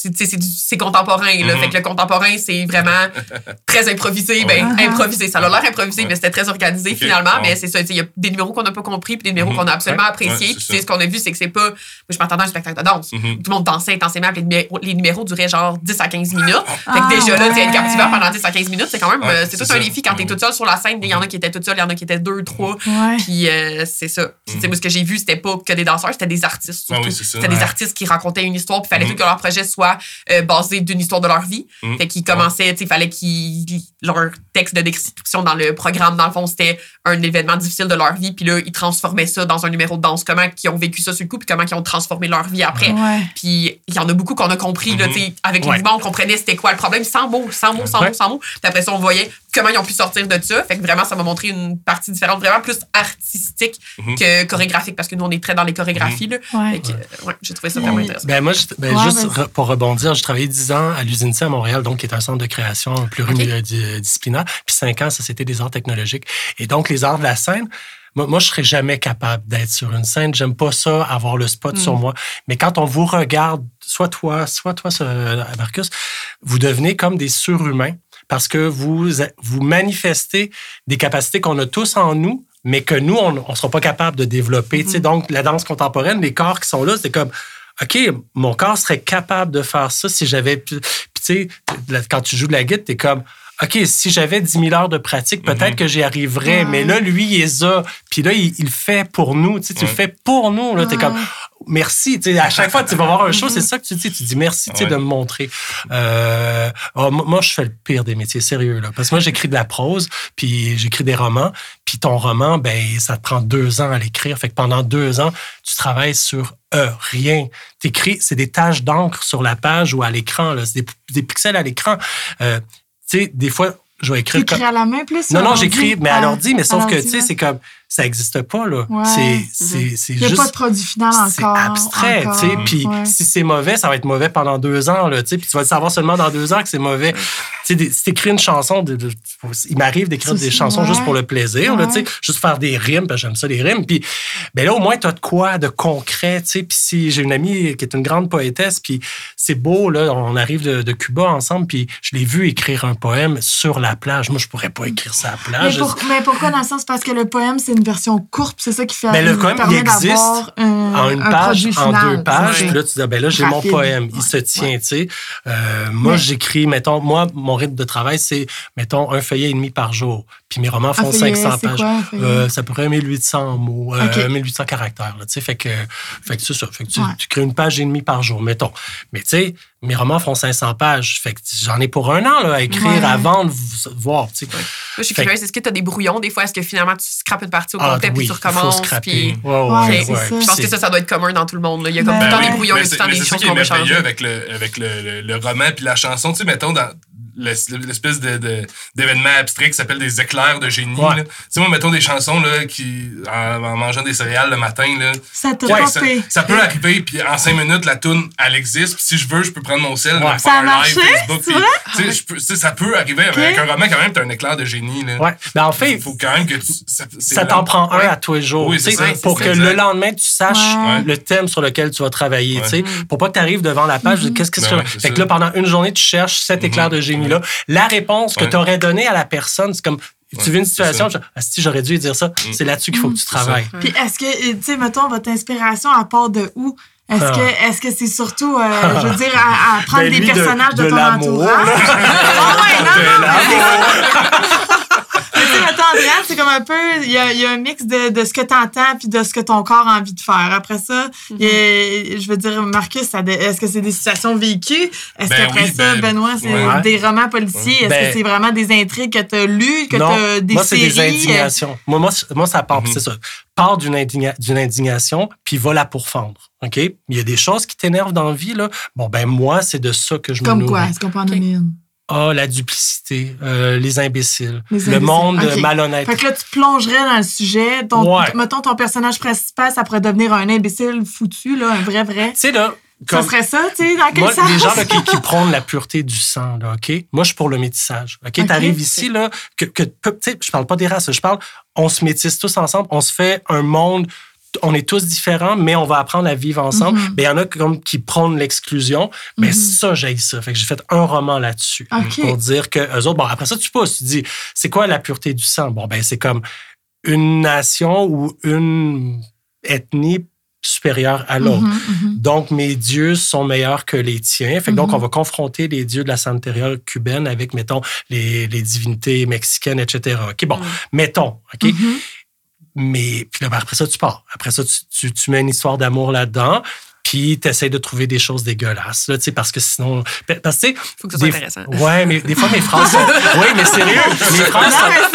C'est contemporain, là. Fait que le contemporain, c'est vraiment très improvisé. Ben, improvisé. Ça a l'air improvisé, mais c'était très organisé finalement. Mais c'est ça. Il y a des numéros qu'on n'a pas compris, puis des numéros qu'on a absolument appréciés. Puis ce qu'on a vu, c'est que c'est pas. Moi, je m'attendais à un spectacle de danse. Tout le monde dansait intensément, puis les numéros duraient genre 10 à 15 minutes. Fait que déjà là, être captivant pendant 10 à 15 minutes, c'est quand même c'est tout un défi quand t'es toute seule sur la scène. Il y en a qui étaient toutes seules, il y en a qui étaient 2, 3. Puis c'est ça. Puis moi, ce que j'ai vu, c'était pas que des danseurs, c'était des artistes surtout. C'était des artistes qui racontaient une histoire, puis il fallait tout que leur projet soit basé d'une histoire de leur vie. Fait qu'ils commençaient, il fallait leur texte de description dans le programme, dans le fond, c'était un événement difficile de leur vie, puis là, ils transformaient ça dans un numéro de danse. Comment ils ont vécu ça sur le coup, puis comment ils ont transformé leur vie après. Puis il y en a beaucoup qu'on a compris, là, avec les mouvements, on comprenait c'était quoi le problème, sans mots. Puis après ça, on voyait comment ils ont pu sortir de ça. Fait que vraiment, ça m'a montré une partie différente, vraiment plus artistique que chorégraphique, parce que nous, on est très dans les chorégraphies. Là. Fait que, j'ai trouvé ça vraiment intéressant. Ben moi, pour rebondir, j'ai travaillé 10 ans à l'Usine C à Montréal, donc qui est un centre de création pluridisciplinaire. Puis 5 ans, ça, c'était des arts technologiques. Et donc, les arts de la scène, moi, je serais jamais capable d'être sur une scène. J'aime pas ça, avoir le spot sur moi. Mais quand on vous regarde, soit toi, Marcus, vous devenez comme des surhumains parce que vous manifestez des capacités qu'on a tous en nous, mais que nous, on ne sera pas capable de développer. Tu sais, donc, la danse contemporaine, les corps qui sont là, c'est comme, OK, mon corps serait capable de faire ça si j'avais... Puis, tu sais, quand tu joues de la guitare, t'es comme... OK, si j'avais 10 000 heures de pratique, peut-être que j'y arriverais. Mais là, lui, il les a. Puis là, il le fait pour nous. Tu sais, tu le fais pour nous. Là, t'es comme, merci. Tu sais, à chaque fois que tu vas voir un show, c'est ça que tu dis. Tu dis merci tu sais, de me montrer. Moi, je fais le pire des métiers, sérieux. Là, parce que moi, j'écris de la prose, puis j'écris des romans. Puis ton roman, ben ça te prend 2 ans à l'écrire. Fait que pendant 2 ans, tu travailles sur rien. T'écris, c'est des taches d'encre sur la page ou à l'écran. Là, c'est des pixels à l'écran. Tu sais, des fois, je vais écrire... Tu écris à la main plus? Non, j'écris, mais à l'ordi, mais sauf que, tu sais, c'est comme... Ça n'existe pas, là. C'est juste... Il n'y a pas de produit final encore. C'est abstrait, tu sais. Puis si c'est mauvais, ça va être mauvais pendant 2 ans, là, tu sais. Puis tu vas le savoir seulement dans 2 ans que c'est mauvais. Tu sais, si t'écris une chanson... il m'arrive d'écrire des chansons juste pour le plaisir, là, tu sais. Juste faire des rimes, parce que j'aime ça, les rimes. Puis ben là, au moins, t'as de quoi de concret, tu sais. Puis si j'ai une amie qui est une grande poétesse, puis c'est beau, là, on arrive de Cuba ensemble, puis je l'ai vu écrire un poème sur la plage. Moi, je pourrais pas écrire ça à la plage. Mais pourquoi dans le sens? Parce que le poème, c'est une version courte, c'est ça qui fait. Mais le poème, il existe en une page, en final, 2 pages. ouais. Puis là, tu dis, ben là, j'ai Rapide. mon poème. Il se tient, tu sais. Moi, j'écris, mettons, mon rythme de travail, c'est, mettons, un feuillet et demi par jour. Puis mes romans font 500 pages. Quoi, ça pourrait 1800 mots, 1800 caractères, là, tu sais. Fait que c'est ça. Fait que tu crées une page et demie par jour, mettons. Mais tu sais, mes romans font 500 pages. Fait que j'en ai pour 1 an, là, à écrire avant de voir, tu sais. Moi, je suis curieuse. Est-ce que tu as des brouillons des fois? Est-ce que finalement, tu scrapes une partie au complet puis tu recommences? Il faut scraper. Puis... Ouais. Je pense que ça doit être commun dans tout le monde. Là. Il y a comme tout le temps des brouillons, il y a tout le temps des choses qu'on va changer. avec le roman puis la chanson. Tu sais, mettons, dans l'espèce d'événement abstrait qui s'appelle des éclairs de génie. Tu sais, moi, mettons des chansons là, en mangeant des céréales le matin. Là, ça peut arriver, puis en 5 minutes, la toune, elle existe. Puis si je veux, je peux prendre mon sel, faire un live Facebook. Puis, ça peut arriver avec un roman, quand même, t'as un éclair de génie. Là. Ouais. Ben, en fait, il faut quand même que ça t'en prend un à tous les jours. Oui, pour que le lendemain, tu saches le thème sur lequel tu vas travailler. Pour pas que tu arrives devant la page, qu'est-ce que c'est? Fait que là, pendant une journée, tu cherches cet éclair de génie-là. La réponse que tu aurais donnée à la personne, c'est comme. Tu vis une situation, si j'aurais dû dire ça, c'est là-dessus qu'il faut que tu travailles. Puis est-ce que, tu sais, mettons, votre inspiration, à part de où? Est-ce que c'est surtout, je veux dire, à prendre des personnages de ton entourage? Mettons, Andréane, c'est comme un peu, il y a un mix de ce que tu entends puis de ce que ton corps a envie de faire. Après ça, je veux dire, Marcus, est-ce que c'est des situations vécues? Est-ce qu'après ça, Benoît, c'est des romans policiers? Est-ce que c'est vraiment des intrigues que tu as lues, que tu as des séries? Moi, c'est des indignations. Moi, ça part, c'est ça. Part d'une indignation, puis va la pourfendre. OK? Il y a des choses qui t'énervent dans la vie, là. Bon, ben moi, c'est de ça que je me nourris. Comme quoi? Est-ce qu'on peut en nommer une? La duplicité, les imbéciles, le monde malhonnête. Fait que là, tu plongerais dans le sujet. Mettons, ton personnage principal, ça pourrait devenir un imbécile foutu, là, un vrai. Tu sais, là... Ça serait ça, tu sais, dans quel sens? Les gens là, qui prônent la pureté du sang, là, OK? Moi, je suis pour le métissage, OK? T'arrives ici, là, tu sais, je parle pas des races, je parle, on se métisse tous ensemble, on se fait un monde... On est tous différents, mais on va apprendre à vivre ensemble. Il y en a comme qui prônent l'exclusion. Mais ça, j'haïs ça. Fait que j'ai fait un roman là-dessus. Pour dire que eux autres... Bon, après ça, tu pousses. Tu dis, c'est quoi la pureté du sang? Bon, ben c'est comme une nation ou une ethnie supérieure à l'autre. Donc, mes dieux sont meilleurs que les tiens. Fait que donc, on va confronter les dieux de la santeria cubaine avec, mettons, les divinités mexicaines, etc. OK, bon, mettons, OK? Mais puis là, après ça, tu pars. Après ça, tu mets une histoire d'amour là-dedans, puis tu essaies de trouver des choses dégueulasses, là, parce que sinon... Parce que, faut que ça soit intéressant. Ouais, mais des fois, mes phrases sont... Oui, mais sérieux, mes phrases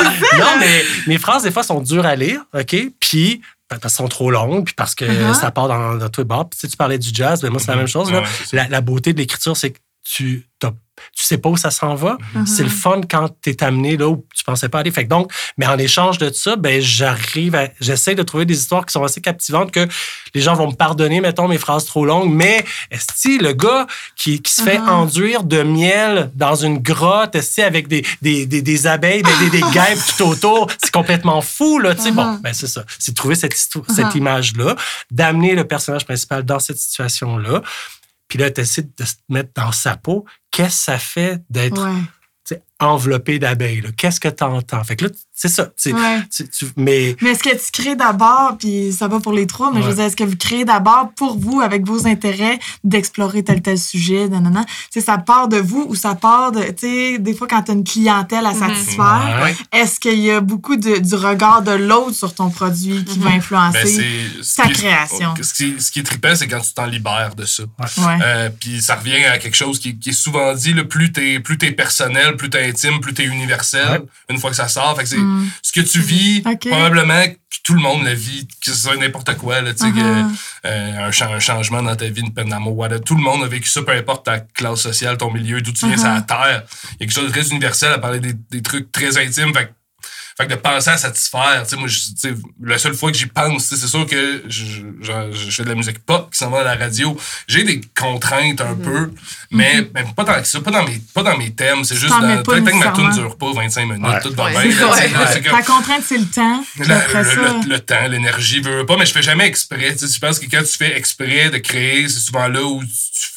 mes phrases, des fois, sont dures à lire, OK? Puis... parce qu'elles sont trop longues, puis parce que ça part dans tous les bords. Puis tu parlais du jazz, mais moi, c'est la même chose. Là. La beauté de l'écriture, c'est que tu sais pas où ça s'en va. C'est le fun quand tu es amené là où tu pensais pas aller. Fait que donc, mais en échange de ça, ben j'essaie de trouver des histoires qui sont assez captivantes que les gens vont me pardonner, mettons, mes phrases trop longues. Mais est-ce que le gars qui se fait enduire de miel dans une grotte, est-ce avec des abeilles, des guêpes tout autour, c'est complètement fou, là, tu sais. Bon, ben c'est ça. C'est de trouver cette image-là, d'amener le personnage principal dans cette situation-là. Puis là, tu essaies de se mettre dans sa peau. Qu'est-ce que ça fait d'être enveloppé d'abeilles? Là? Qu'est-ce que tu entends? Fait que là, c'est ça. Mais est-ce que tu crées d'abord, puis ça va pour les trois, mais je veux dire, est-ce que vous créez d'abord pour vous, avec vos intérêts, d'explorer tel sujet, nanana? Ça part de vous ou ça part de... Tu sais, des fois, quand tu as une clientèle à satisfaire, est-ce qu'il y a beaucoup du regard de l'autre sur ton produit qui va influencer ta création? Ce qui est trippant, c'est quand tu t'en libères de ça. Puis ça revient à quelque chose qui est souvent dit, là, plus t'es personnel, plus t'es intime, plus t'es universel, une fois que ça sort. Fait que c'est ce que tu vis, probablement que tout le monde le vit, que ce soit n'importe quoi, là, un changement dans ta vie, une peine d'amour, tout le monde a vécu ça, peu importe ta classe sociale, ton milieu, d'où tu viens, c'est la terre. Il y a quelque chose de très universel à parler des trucs très intimes. Fait que de penser à satisfaire, moi, la seule fois que j'y pense, c'est sûr que je fais de la musique pop qui s'en va à la radio. J'ai des contraintes un peu, mais pas tant que ça, pas dans mes thèmes. C'est juste tant que ma tune ne dure pas 25 minutes, tout va bien. Ta contrainte, c'est le temps. Le temps, l'énergie, veux pas, mais je fais jamais exprès. Je pense que quand tu fais exprès de créer, c'est souvent là où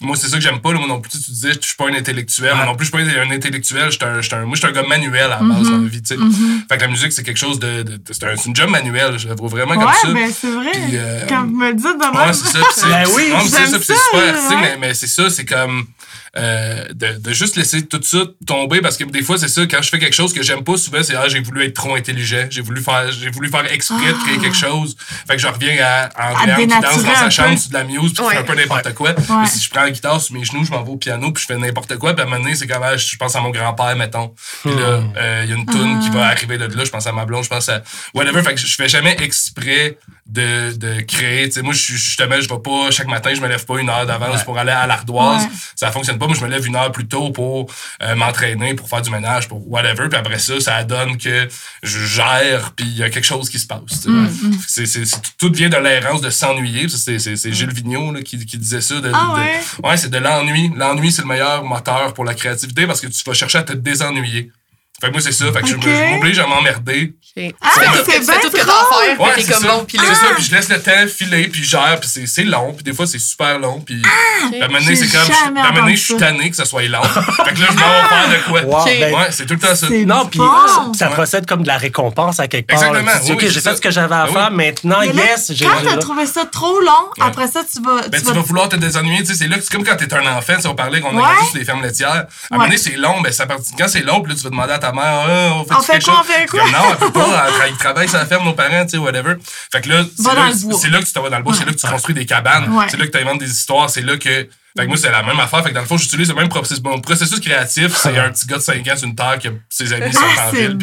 moi, c'est ça que j'aime pas. Là. Moi non plus, tu disais, je suis pas un intellectuel. Moi non plus, je suis pas un intellectuel. Moi, je suis un gars manuel à la base dans la vie. Fait que la musique, c'est quelque chose c'est une job manuelle. Je la vois vraiment comme ça. Ouais, ben c'est vrai. Puis, quand vous me le dites de même. Ouais, c'est ça. C'est ça, puis c'est super artistique, mais c'est ça, c'est comme... de juste laisser tout ça tomber parce que des fois c'est ça quand je fais quelque chose que j'aime pas souvent c'est j'ai voulu être trop intelligent j'ai voulu faire exprès de créer quelque chose fait que je reviens à Andréane qui danse dans sa chambre sur de la muse puis qui fait un peu n'importe quoi mais si je prends la guitare sur mes genoux je m'en vais au piano puis je fais n'importe quoi puis à un moment donné c'est comme je pense à mon grand-père mettons puis là il y a une toune qui va arriver de là je pense à ma blonde je pense à whatever fait que je fais jamais exprès de créer tu sais moi justement je vais pas chaque matin je me lève pas 1 heure d'avance pour aller à l'ardoise ça fonctionne pas moi je me lève 1 heure plus tôt pour m'entraîner pour faire du ménage pour whatever puis après ça donne que je gère puis il y a quelque chose qui se passe tout vient de l'errance de s'ennuyer c'est Gilles Vigneault là, qui disait ça ouais c'est de l'ennui c'est le meilleur moteur pour la créativité parce que tu vas chercher à te désennuyer. Fait que moi, c'est ça. Fait que je m'oblige à m'emmerder. Tu fais tout ce que t'as à faire. Ouais, t'es comme bon. C'est ça. Puis je laisse le temps filer, puis je gère. Puis c'est long. Puis des fois, c'est super long. Puis à un moment donné, c'est comme... À un moment donné, je suis tanné que ça soit long. Fait que là, je m'en vais faire de quoi. Wow, ouais, c'est tout le temps ça. Non, puis ça procède comme de la récompense à quelque part. Exactement. Tu dis, OK, j'ai fait ce que j'avais à faire. Maintenant, j'ai... Quand t'as trouvé ça trop long, après ça, tu vas... Tu vas vouloir te désennuyer. C'est là que c'est comme quand t'es un enfant. Si on parlait qu'on a grandi sur les fermes laitières. À un moment donné, c'est long. Quand c'est long, puis là, tu vas demander à ta mère... On fait quoi? Non, elle peut pas. Ils travaillent sur la ferme, nos parents, tu sais, whatever. Fait que là, c'est là que tu t'en vas dans le bois, c'est là que tu construis des cabanes, c'est là que tu inventes des histoires, c'est là que. Fait que moi, c'est la même affaire. Fait que dans le fond, j'utilise le même processus. Mon processus créatif, c'est un petit gars de 5 ans sur une terre qui a ses amis sont en ville.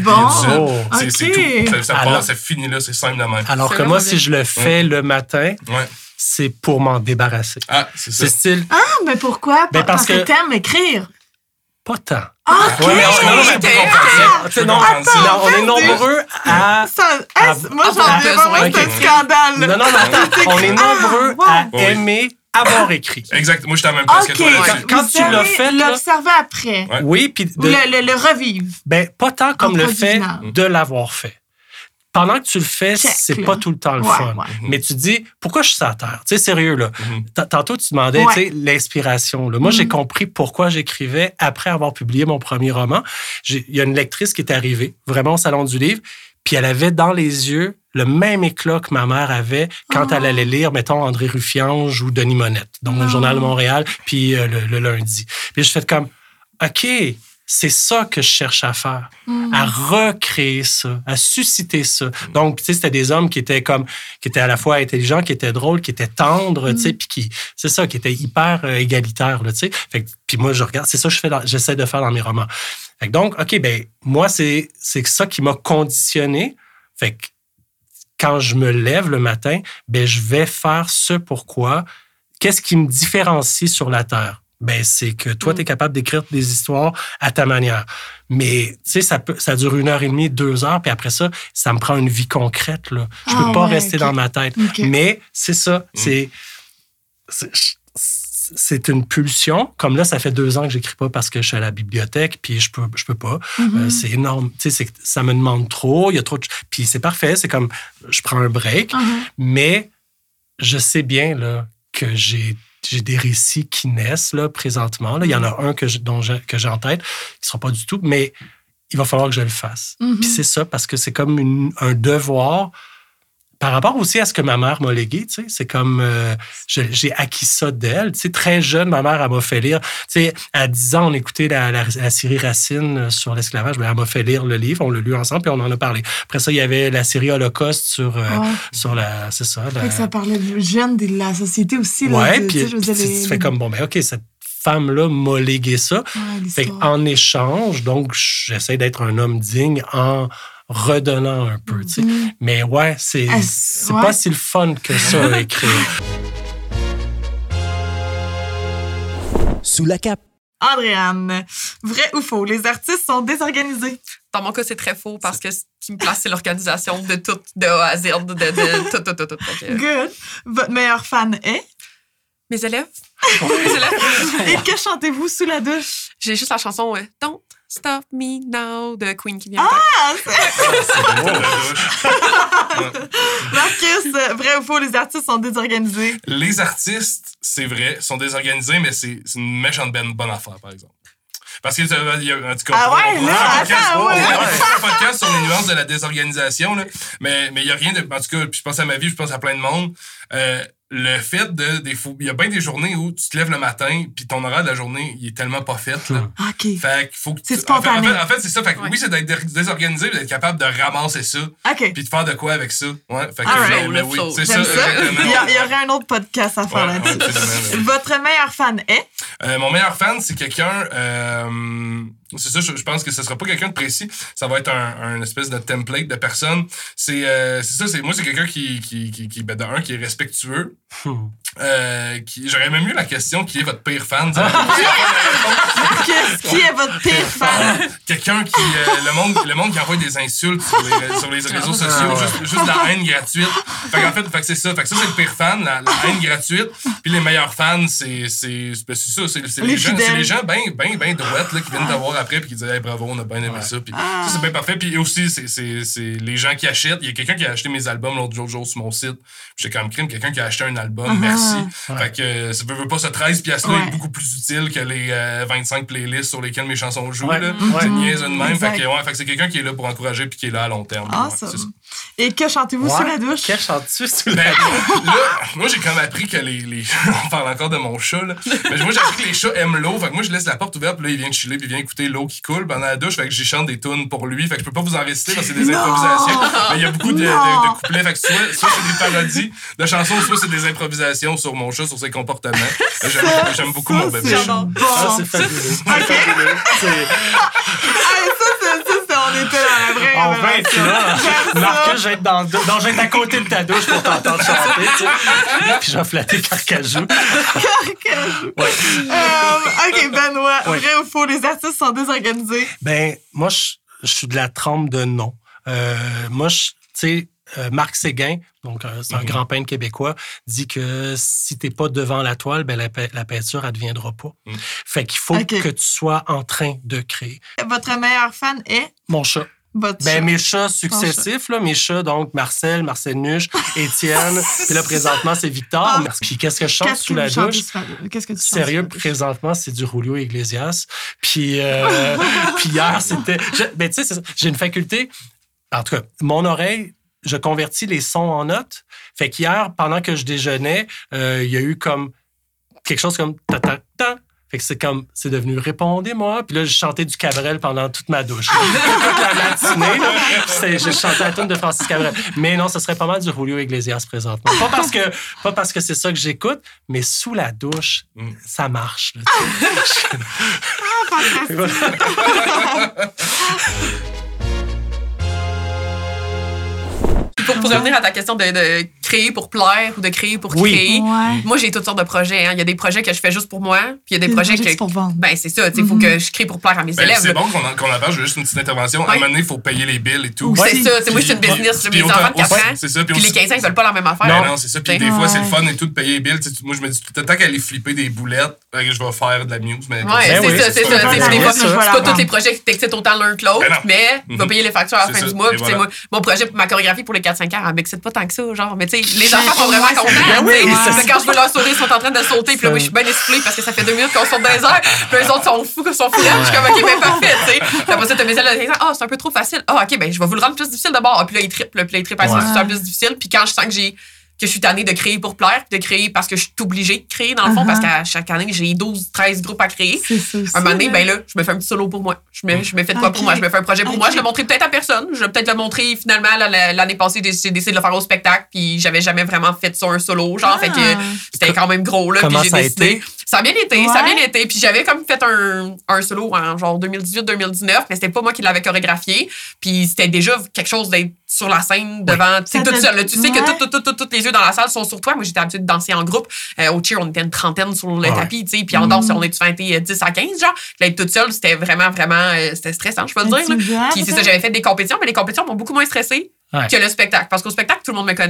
C'est tout. Ça finit là, c'est simple de même. Alors que moi, si je le fais le matin, c'est pour m'en débarrasser. Ah, c'est ça. C'est style. Ah, mais pourquoi? Parce que t'aimes écrire. Pas tant. OK! On est nombreux à... Moi, j'en ai vraiment un scandale. Non, attends. On est nombreux à aimer avoir écrit. Exact. Moi, je t'en même pas que toi. Quand tu l'as fait... l'observer après. Oui, puis... Le revivre. Ben, pas tant comme le fait de l'avoir fait. Pendant que tu le fais, c'est pas tout le temps le fun. Mais tu dis, pourquoi je suis sur la terre? Tu sais, sérieux, là. Tantôt, tu demandais, tu sais, l'inspiration. Là. Moi, j'ai compris pourquoi j'écrivais après avoir publié mon premier roman. Il y a une lectrice qui est arrivée, vraiment au Salon du Livre, puis elle avait dans les yeux le même éclat que ma mère avait quand elle allait lire, mettons, André Ruffiange ou Denis Monette, dans le Journal de Montréal, puis le lundi. Puis je fais comme, OK... C'est ça que je cherche à faire, à recréer ça, à susciter ça. Donc, tu sais, c'était des hommes qui étaient à la fois intelligents, qui étaient drôles, qui étaient tendres, tu sais, puis c'est ça, qui étaient hyper égalitaires, tu sais. Fait que, puis moi, je regarde, c'est ça que j'essaie de faire dans mes romans. Fait que donc, OK, ben moi, c'est ça qui m'a conditionné. Fait que quand je me lève le matin, ben je vais faire ce pourquoi. Qu'est-ce qui me différencie sur la Terre? Ben, c'est que toi, tu es capable d'écrire des histoires à ta manière. Mais, tu sais, ça dure 1h30, 2 heures, puis après ça, ça me prend une vie concrète, là. Je peux pas rester dans ma tête. Mais c'est ça, c'est une pulsion. Comme là, ça fait 2 ans que j'écris pas parce que je suis à la bibliothèque, puis je peux pas. C'est énorme. Tu sais, ça me demande trop. Il y a trop de... Puis c'est parfait. C'est comme, je prends un break. Mais je sais bien, là, que j'ai des récits qui naissent là, présentement. Là. Il y en a un que j'ai en tête, qui ne sera pas du tout, mais il va falloir que je le fasse. Puis c'est ça, parce que c'est comme un devoir par rapport aussi à ce que ma mère m'a légué. Tu sais, c'est comme j'ai acquis ça d'elle. Tu sais, très jeune, ma mère, elle m'a fait lire. Tu sais, à 10 ans, on écoutait la série Racine sur l'esclavage. Elle m'a fait lire le livre, on l'a lu ensemble, puis on en a parlé. Après ça, il y avait la série Holocauste sur la... C'est ça. Ça parlait de jeunes de la société aussi. Oui, puis tu fais comme, bon, ben OK, cette femme-là m'a légué ça. Fait qu'en échange, donc, j'essaie d'être un homme digne en redonnant un peu, tu sais. Mais ouais, c'est pas si le fun que ça à écrire. Sous la cape. Andréane, vrai ou faux, les artistes sont désorganisés? Dans mon cas, c'est très faux parce que ce qui me place, c'est l'organisation de tout, de A à Z, de tout. Good. Votre meilleur fan est? Mes élèves. Et que chantez-vous sous la douche? J'ai juste la chanson Don't Stop Me Now de Queen qui vient. Ah! C'est beau! Marcus, vrai ou faux, les artistes sont désorganisés? Les artistes, c'est vrai, sont désorganisés, mais c'est une méchante bonne affaire, par exemple. Parce que, en tout cas, on fait un podcast sur les nuances de la désorganisation, là, mais il n'y a rien de. En tout cas, puis je pense à ma vie, je pense à plein de monde. Le fait il y a bien des journées où tu te lèves le matin, puis ton horaire de la journée, il est tellement pas fait, là. OK. Fait qu'il faut que c'est spontané. En fait, c'est ça. Fait que oui, c'est d'être désorganisé, d'être capable de ramasser ça. OK. Puis de faire de quoi avec ça. Ouais. Fait que, mais oui, c'est ça. Il y aurait un autre podcast à faire là-dessus. Votre meilleur fan est? Mon meilleur fan, c'est quelqu'un. C'est ça, je pense que ce sera pas quelqu'un de précis. Ça va être un espèce de template de personne. C'est ça, moi, c'est quelqu'un qui est respectueux. J'aurais même eu la question qui est votre pire fan. Qui est votre pire fan? Quelqu'un qui. Le monde qui envoie des insultes sur les réseaux sociaux, juste de la haine gratuite. Fait que c'est ça. Fait que ça, c'est le pire fan, la haine gratuite. Puis les meilleurs fans, c'est ça. C'est les gens bien droites là, qui viennent t'avoir après puis qui disent hey, bravo, on a bien aimé ça. Puis ça, c'est bien parfait. Puis aussi, c'est les gens qui achètent. Il y a quelqu'un qui a acheté mes albums l'autre jour sur mon site. J'étais comme crime, quelqu'un qui a acheté un album. Merci. Fait que ça veut pas ce 13 piastres-là est beaucoup plus utile que les 25 playlists sur lesquelles mes chansons jouent. Là. C'est niaise de même. Fait que c'est quelqu'un qui est là pour encourager puis qui est là à long terme. C'est ça. Et que chantez-vous sous la douche? Que chantes-tu sous la douche? Là, moi, j'ai comme appris que les on parle encore de mon chat, là. Mais moi, j'ai appris que les chats aiment l'eau. Fait que moi, je laisse la porte ouverte, puis là, il vient chiller, puis il vient écouter l'eau qui coule pendant la douche. Fait que j'y chante des tunes pour lui. Fait que je peux pas vous en réciter parce que c'est des improvisations. Mais il y a beaucoup de couplets. Fait que soit c'est des parodies de chansons, soit c'est des improvisations sur mon chat, sur ses comportements. J'aime beaucoup mon bébé. C'est fabuleux. On était dans la vraie. On va être là. Marcus, je vais être je vais être à côté de ta douche pour t'entendre chanter. Tu sais. Puis je vais flatter Carcajou. Ouais. OK, Benoît, vrai ou faux, les artistes sont désorganisés? Ben, moi, je suis de la trempe de non. Moi, tu sais, Marc Séguin, donc c'est un grand peintre québécois, dit que si t'es pas devant la toile, ben la peinture, elle deviendra pas. Fait qu'il faut que tu sois en train de créer. Votre meilleur fan est? Mon chat. Mes chats successifs, là, mes chats, donc Marcel Nuche, Étienne, puis là, présentement, c'est Victor. Puis qu'est-ce que je chante sous la douche? Qu'est-ce que tu Sérieux, présentement, c'est du Julio Iglesias. Puis hier, c'était... Ben, tu sais, j'ai une faculté... En tout cas, mon oreille, je convertis les sons en notes. Fait qu'hier, pendant que je déjeunais, il y a eu comme quelque chose comme ta-ta-ta. Fait que c'est devenu répondez-moi. Puis là, j'ai chanté du Cabrel pendant toute ma douche. Toute la matinée, j'ai chanté la tune de Francis Cabrel. Mais non, ce serait pas mal du Julio Iglesias présentement. Pas parce que c'est ça que j'écoute, mais sous la douche, ça marche. Là, Pour revenir à ta question de créer pour plaire ou de créer pour créer, moi, j'ai toutes sortes de projets. Hein. Il y a des projets que je fais juste pour moi, puis il y a des projets que... pour vendre. Ben, c'est ça. Il faut que je crée pour plaire à mes élèves. C'est bon qu'on en parle. J'ai juste une petite intervention. À un moment donné, il faut payer les bills et tout. C'est ça. Moi, c'est une business. J'ai mes enfants de 4 ans. C'est ça. Puis les 15 ans, ils veulent pas la même affaire. Non, c'est ça. Puis des fois, c'est le fun et tout de payer les bills. Moi, je me dis, tant qu'à aller flipper des boulettes, je vais faire de la muse. Oui, c'est ça. C'est pas tous les projets qui t'excitent autant l'un que l'autre, mais tu vas payer les factures à la fin du mois. Mon projet, ma chorégraphie pour les 4-5 ans, elle m'excite pas tant que ça, genre. Mais tu sais, les enfants sont vraiment contents. Quand je veux leur sourire, ils sont en train de sauter. Puis là, moi, je suis bien essoufflée parce que ça fait 2 minutes qu'on saute dans les airs. Puis les autres sont fous, sont fous. Je suis comme, OK, ben parfait, tu sais. Puis après ça, t'as mes élèves, c'est un peu trop facile. OK, ben je vais vous le rendre plus difficile d'abord. Puis là, ils trippent. Puis là, ils trippent à ça, c'est plus difficile. Puis quand je sens que je suis tannée de créer pour plaire, de créer parce que je suis obligée de créer, dans le fond, parce qu'à chaque année, j'ai 12-13 groupes à créer. Un moment donné, ben là, je me fais un petit solo pour moi. Je me fais de quoi pour moi? Je me fais un projet pour moi. Je le montrerai peut-être à personne. Je vais peut-être le montrer finalement l'année passée. J'ai décidé de le faire au spectacle, puis j'avais jamais vraiment fait ça un solo, genre. Fait que c'était quand même gros, là. Puis j'ai décidé. Ça a bien été. Puis j'avais comme fait un solo en genre 2018-2019, mais c'était pas moi qui l'avais chorégraphié. Puis c'était déjà quelque chose d'être sur la scène devant, tu sais, toute seule. Tu sais que tous les yeux dans la salle sont sur toi. Moi, j'étais habituée de danser en groupe. Au cheer, on était une trentaine sur le tapis, tu sais. Puis en danse, on est 10 à 15, genre. D'être toute seule, c'était vraiment, c'était stressant, je peux le dire. Puis c'est ça, j'avais fait des compétitions, mais les compétitions m'ont beaucoup moins stressée que le spectacle. Parce qu'au spectacle, tout le monde me connaît.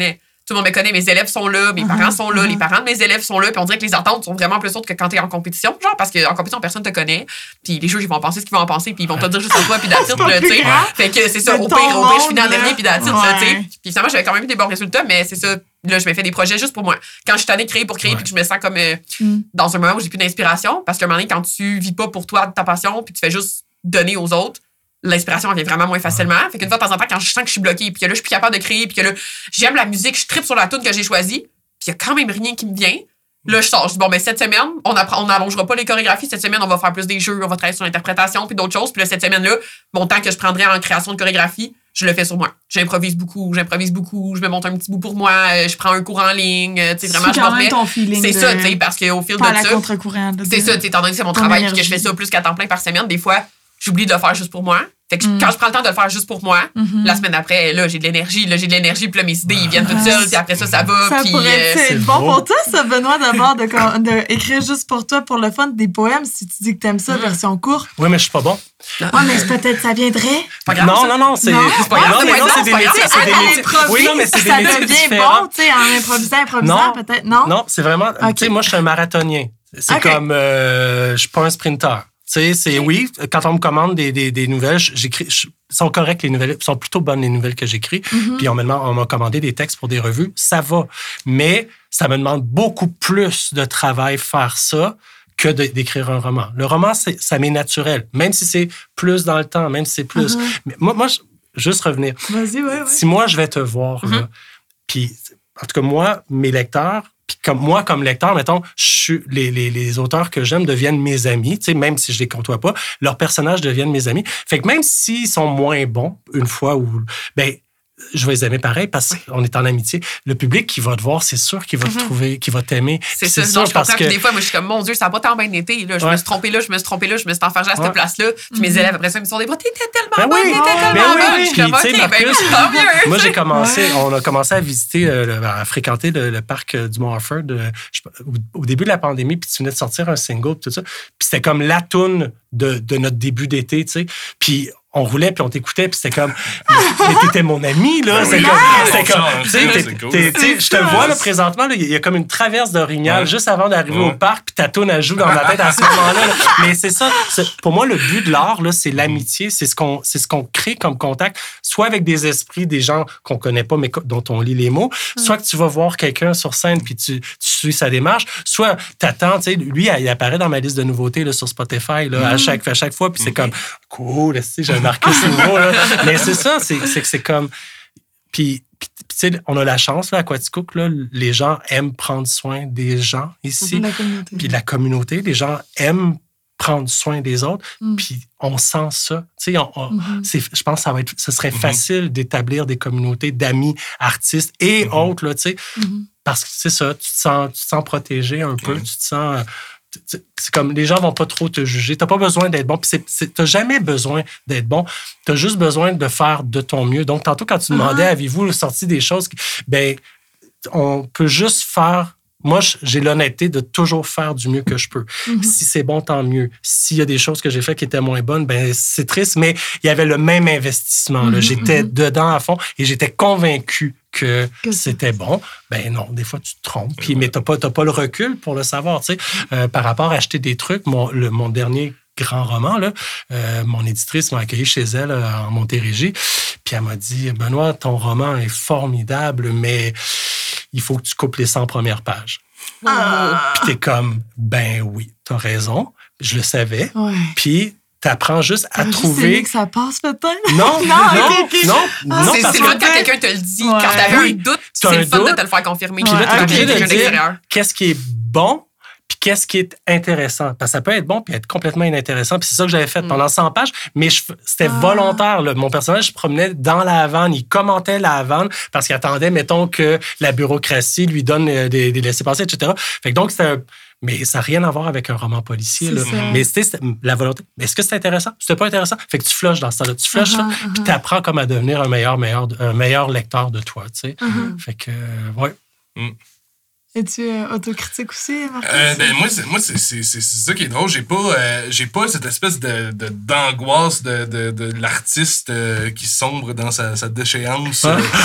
tout le monde me connaît, mes élèves sont là, mes parents sont là, les parents de mes élèves sont là, puis on dirait que les attentes sont vraiment plus hautes que quand t'es en compétition, genre, parce qu'en compétition, personne te connaît, puis les juges, ils vont penser ce qu'ils vont en penser, puis ils vont te dire juste à toi, puis that's it, là, tu sais. Fait que c'est ça, au pire, je finis en dernier, puis that's it, là, tu sais. Puis finalement, j'avais quand même eu des bons résultats, mais c'est ça, là, je me fais des projets juste pour moi. Quand je suis tannée de créer pour créer, puis que je me sens comme dans un moment où j'ai plus d'inspiration, parce qu'à un moment donné, quand tu vis pas pour toi de ta passion, puis tu fais juste donner aux autres, l'inspiration elle vient vraiment moins facilement. Fait qu'une fois de temps en temps, quand je sens que je suis bloquée, puis que là, je suis plus capable de créer, puis que là, j'aime la musique, je trippe sur la tune que j'ai choisie, puis il y a quand même rien qui me vient. Là, je sors. Je dis, bon, ben, cette semaine, on n'allongera pas les chorégraphies. Cette semaine, on va faire plus des jeux, on va travailler sur l'interprétation, puis d'autres choses. Puis là, cette semaine-là, mon temps que je prendrais en création de chorégraphie, je le fais sur moi. J'improvise beaucoup, je me monte un petit bout pour moi, je prends un cours en ligne, tu sais, vraiment, je me remets. Ton feeling c'est ça, tu sais, parce qu'au fil de ça. contre-courant. C'est ça, tu sais, étant donné que c'est mon travail, puis que je fais ça plus qu'à temps plein par semaine, des fois, j'oublie de le faire juste pour moi. Fait que quand je prends le temps de le faire juste pour moi, la semaine d'après, là, j'ai de l'énergie, puis là, mes idées, ils viennent toutes seules, puis après ça va. Ça puis, pourrait être bon pour toi, ça, Benoît, d'abord, d'écrire juste pour toi, pour le fun, des poèmes, si tu dis que t'aimes ça, version courte. Oui, mais je suis pas bon. Mais peut-être ça viendrait. Pas grave, non, c'est pas grave. Non, c'est des métiers. Oui, non, mais c'est des métiers différents. Ça devient bon, tu sais, en improvisant, peut-être. Non, c'est vraiment. Tu sais, moi, je suis un marathonien. C'est comme. Je suis pas un sprinter. Tu sais, oui, quand on me commande des nouvelles, j'écris. Sont correctes les nouvelles, sont plutôt bonnes les nouvelles que j'écris. Puis on m'a commandé des textes pour des revues, ça va. Mais ça me demande beaucoup plus de travail faire ça que d'écrire un roman. Le roman, ça m'est naturel, même si c'est plus dans le temps, même si c'est plus. Mais moi, juste revenir. Vas-y, ouais. Si moi, je vais te voir, là, puis en tout cas, moi, mes lecteurs, puis comme lecteur, mettons, les auteurs que j'aime deviennent mes amis, tu sais, même si je les côtoie pas, leurs personnages deviennent mes amis. Fait que même s'ils sont moins bons une fois ou je vais les aimer pareil parce qu'on est en amitié. Le public qui va te voir, c'est sûr qu'il va te trouver, qu'il va t'aimer. C'est ça, non, je comprends. Puis des fois, moi, je suis comme, mon Dieu, ça n'a pas tant bien été. Là. Je me suis trompée là, je me suis enfargée à cette place-là. Puis mes élèves, après ça, ils me sont dit, t'étais tellement bonne, t'étais tellement bonne. Je suis comme, OK, moi, on a commencé à visiter, à fréquenter le parc du Mont-Harford au début de la pandémie, puis tu venais de sortir un single, tout ça. Puis c'était comme la toune de notre début d'été, tu sais. Puis on roulait, puis on t'écoutait, puis c'était comme... Mais t'étais mon ami, là. C'est comme... Je te vois, là, présentement, il y a comme une traverse d'Orignal juste avant d'arriver au parc, puis ta toune, elle joue dans ma tête à ce moment-là. Là. Mais c'est ça. Pour moi, le but de l'art, là, c'est l'amitié. C'est ce qu'on crée comme contact, soit avec des esprits, des gens qu'on connaît pas, mais dont on lit les mots, soit que tu vas voir quelqu'un sur scène, puis tu suis sa démarche, soit t'attends, tu sais, lui, il apparaît dans ma liste de nouveautés là, sur Spotify là, à chaque fois, puis c'est comme, cool, j'ai marqué ce mot, là. Mais c'est ça, c'est comme... Puis tu sais, on a la chance, là, à Quaticook, là, les gens aiment prendre soin des gens ici. Puis la communauté, les gens aiment prendre soin des autres, puis on sent ça. Tu sais, je pense que ce serait facile d'établir des communautés d'amis, artistes et autres, là, tu sais, parce que c'est ça, tu te sens protégé un peu, tu te sens... C'est comme, les gens vont pas trop te juger. T'as pas besoin d'être bon. Puis t'as jamais besoin d'être bon. T'as juste besoin de faire de ton mieux. Donc, tantôt, quand tu demandais, avez-vous sorti des choses? On peut juste faire... Moi, j'ai l'honnêteté de toujours faire du mieux que je peux. Si c'est bon, tant mieux. S'il y a des choses que j'ai faites qui étaient moins bonnes, c'est triste, mais il y avait le même investissement. Là. J'étais dedans à fond et j'étais convaincu que c'était bon. Non, des fois, tu te trompes. Puis, mais t'as pas le recul pour le savoir. Tu sais, par rapport à acheter des trucs, mon dernier grand roman, là, mon éditrice m'a accueilli chez elle en Montérégie. Puis elle m'a dit, Benoît, ton roman est formidable, mais il faut que tu coupes les 100 premières pages. Puis t'es comme, oui, t'as raison. Je le savais. Ouais. Puis t'apprends juste à trouver... C'est que ça passe peut-être? Non. C'est le fun quand quelqu'un te le dit. Quand t'avais un doute, c'est le fun de te le faire confirmer. Puis là, t'es obligé de dire qu'est-ce qui est bon puis qu'est-ce qui est intéressant. Parce que ça peut être bon puis être complètement inintéressant. Puis c'est ça que j'avais fait pendant 100 pages, mais c'était volontaire. Là. Mon personnage se promenait dans la Havane, il commentait la Havane parce qu'il attendait, mettons, que la bureaucratie lui donne des laissez-passer, etc. Fait que donc, mais ça n'a rien à voir avec un roman policier. Là. Mais c'était la volonté. Est-ce que c'était intéressant? C'était pas intéressant? Fait que tu flushes dans ce temps-là. Tu flushes, puis tu apprends comme à devenir un meilleur lecteur de toi. Tu sais. Fait que, ouais. Es-tu autocritique aussi, Marcus? Moi, c'est ça qui est drôle. J'ai pas cette espèce d'angoisse de l'artiste qui sombre dans sa déchéance.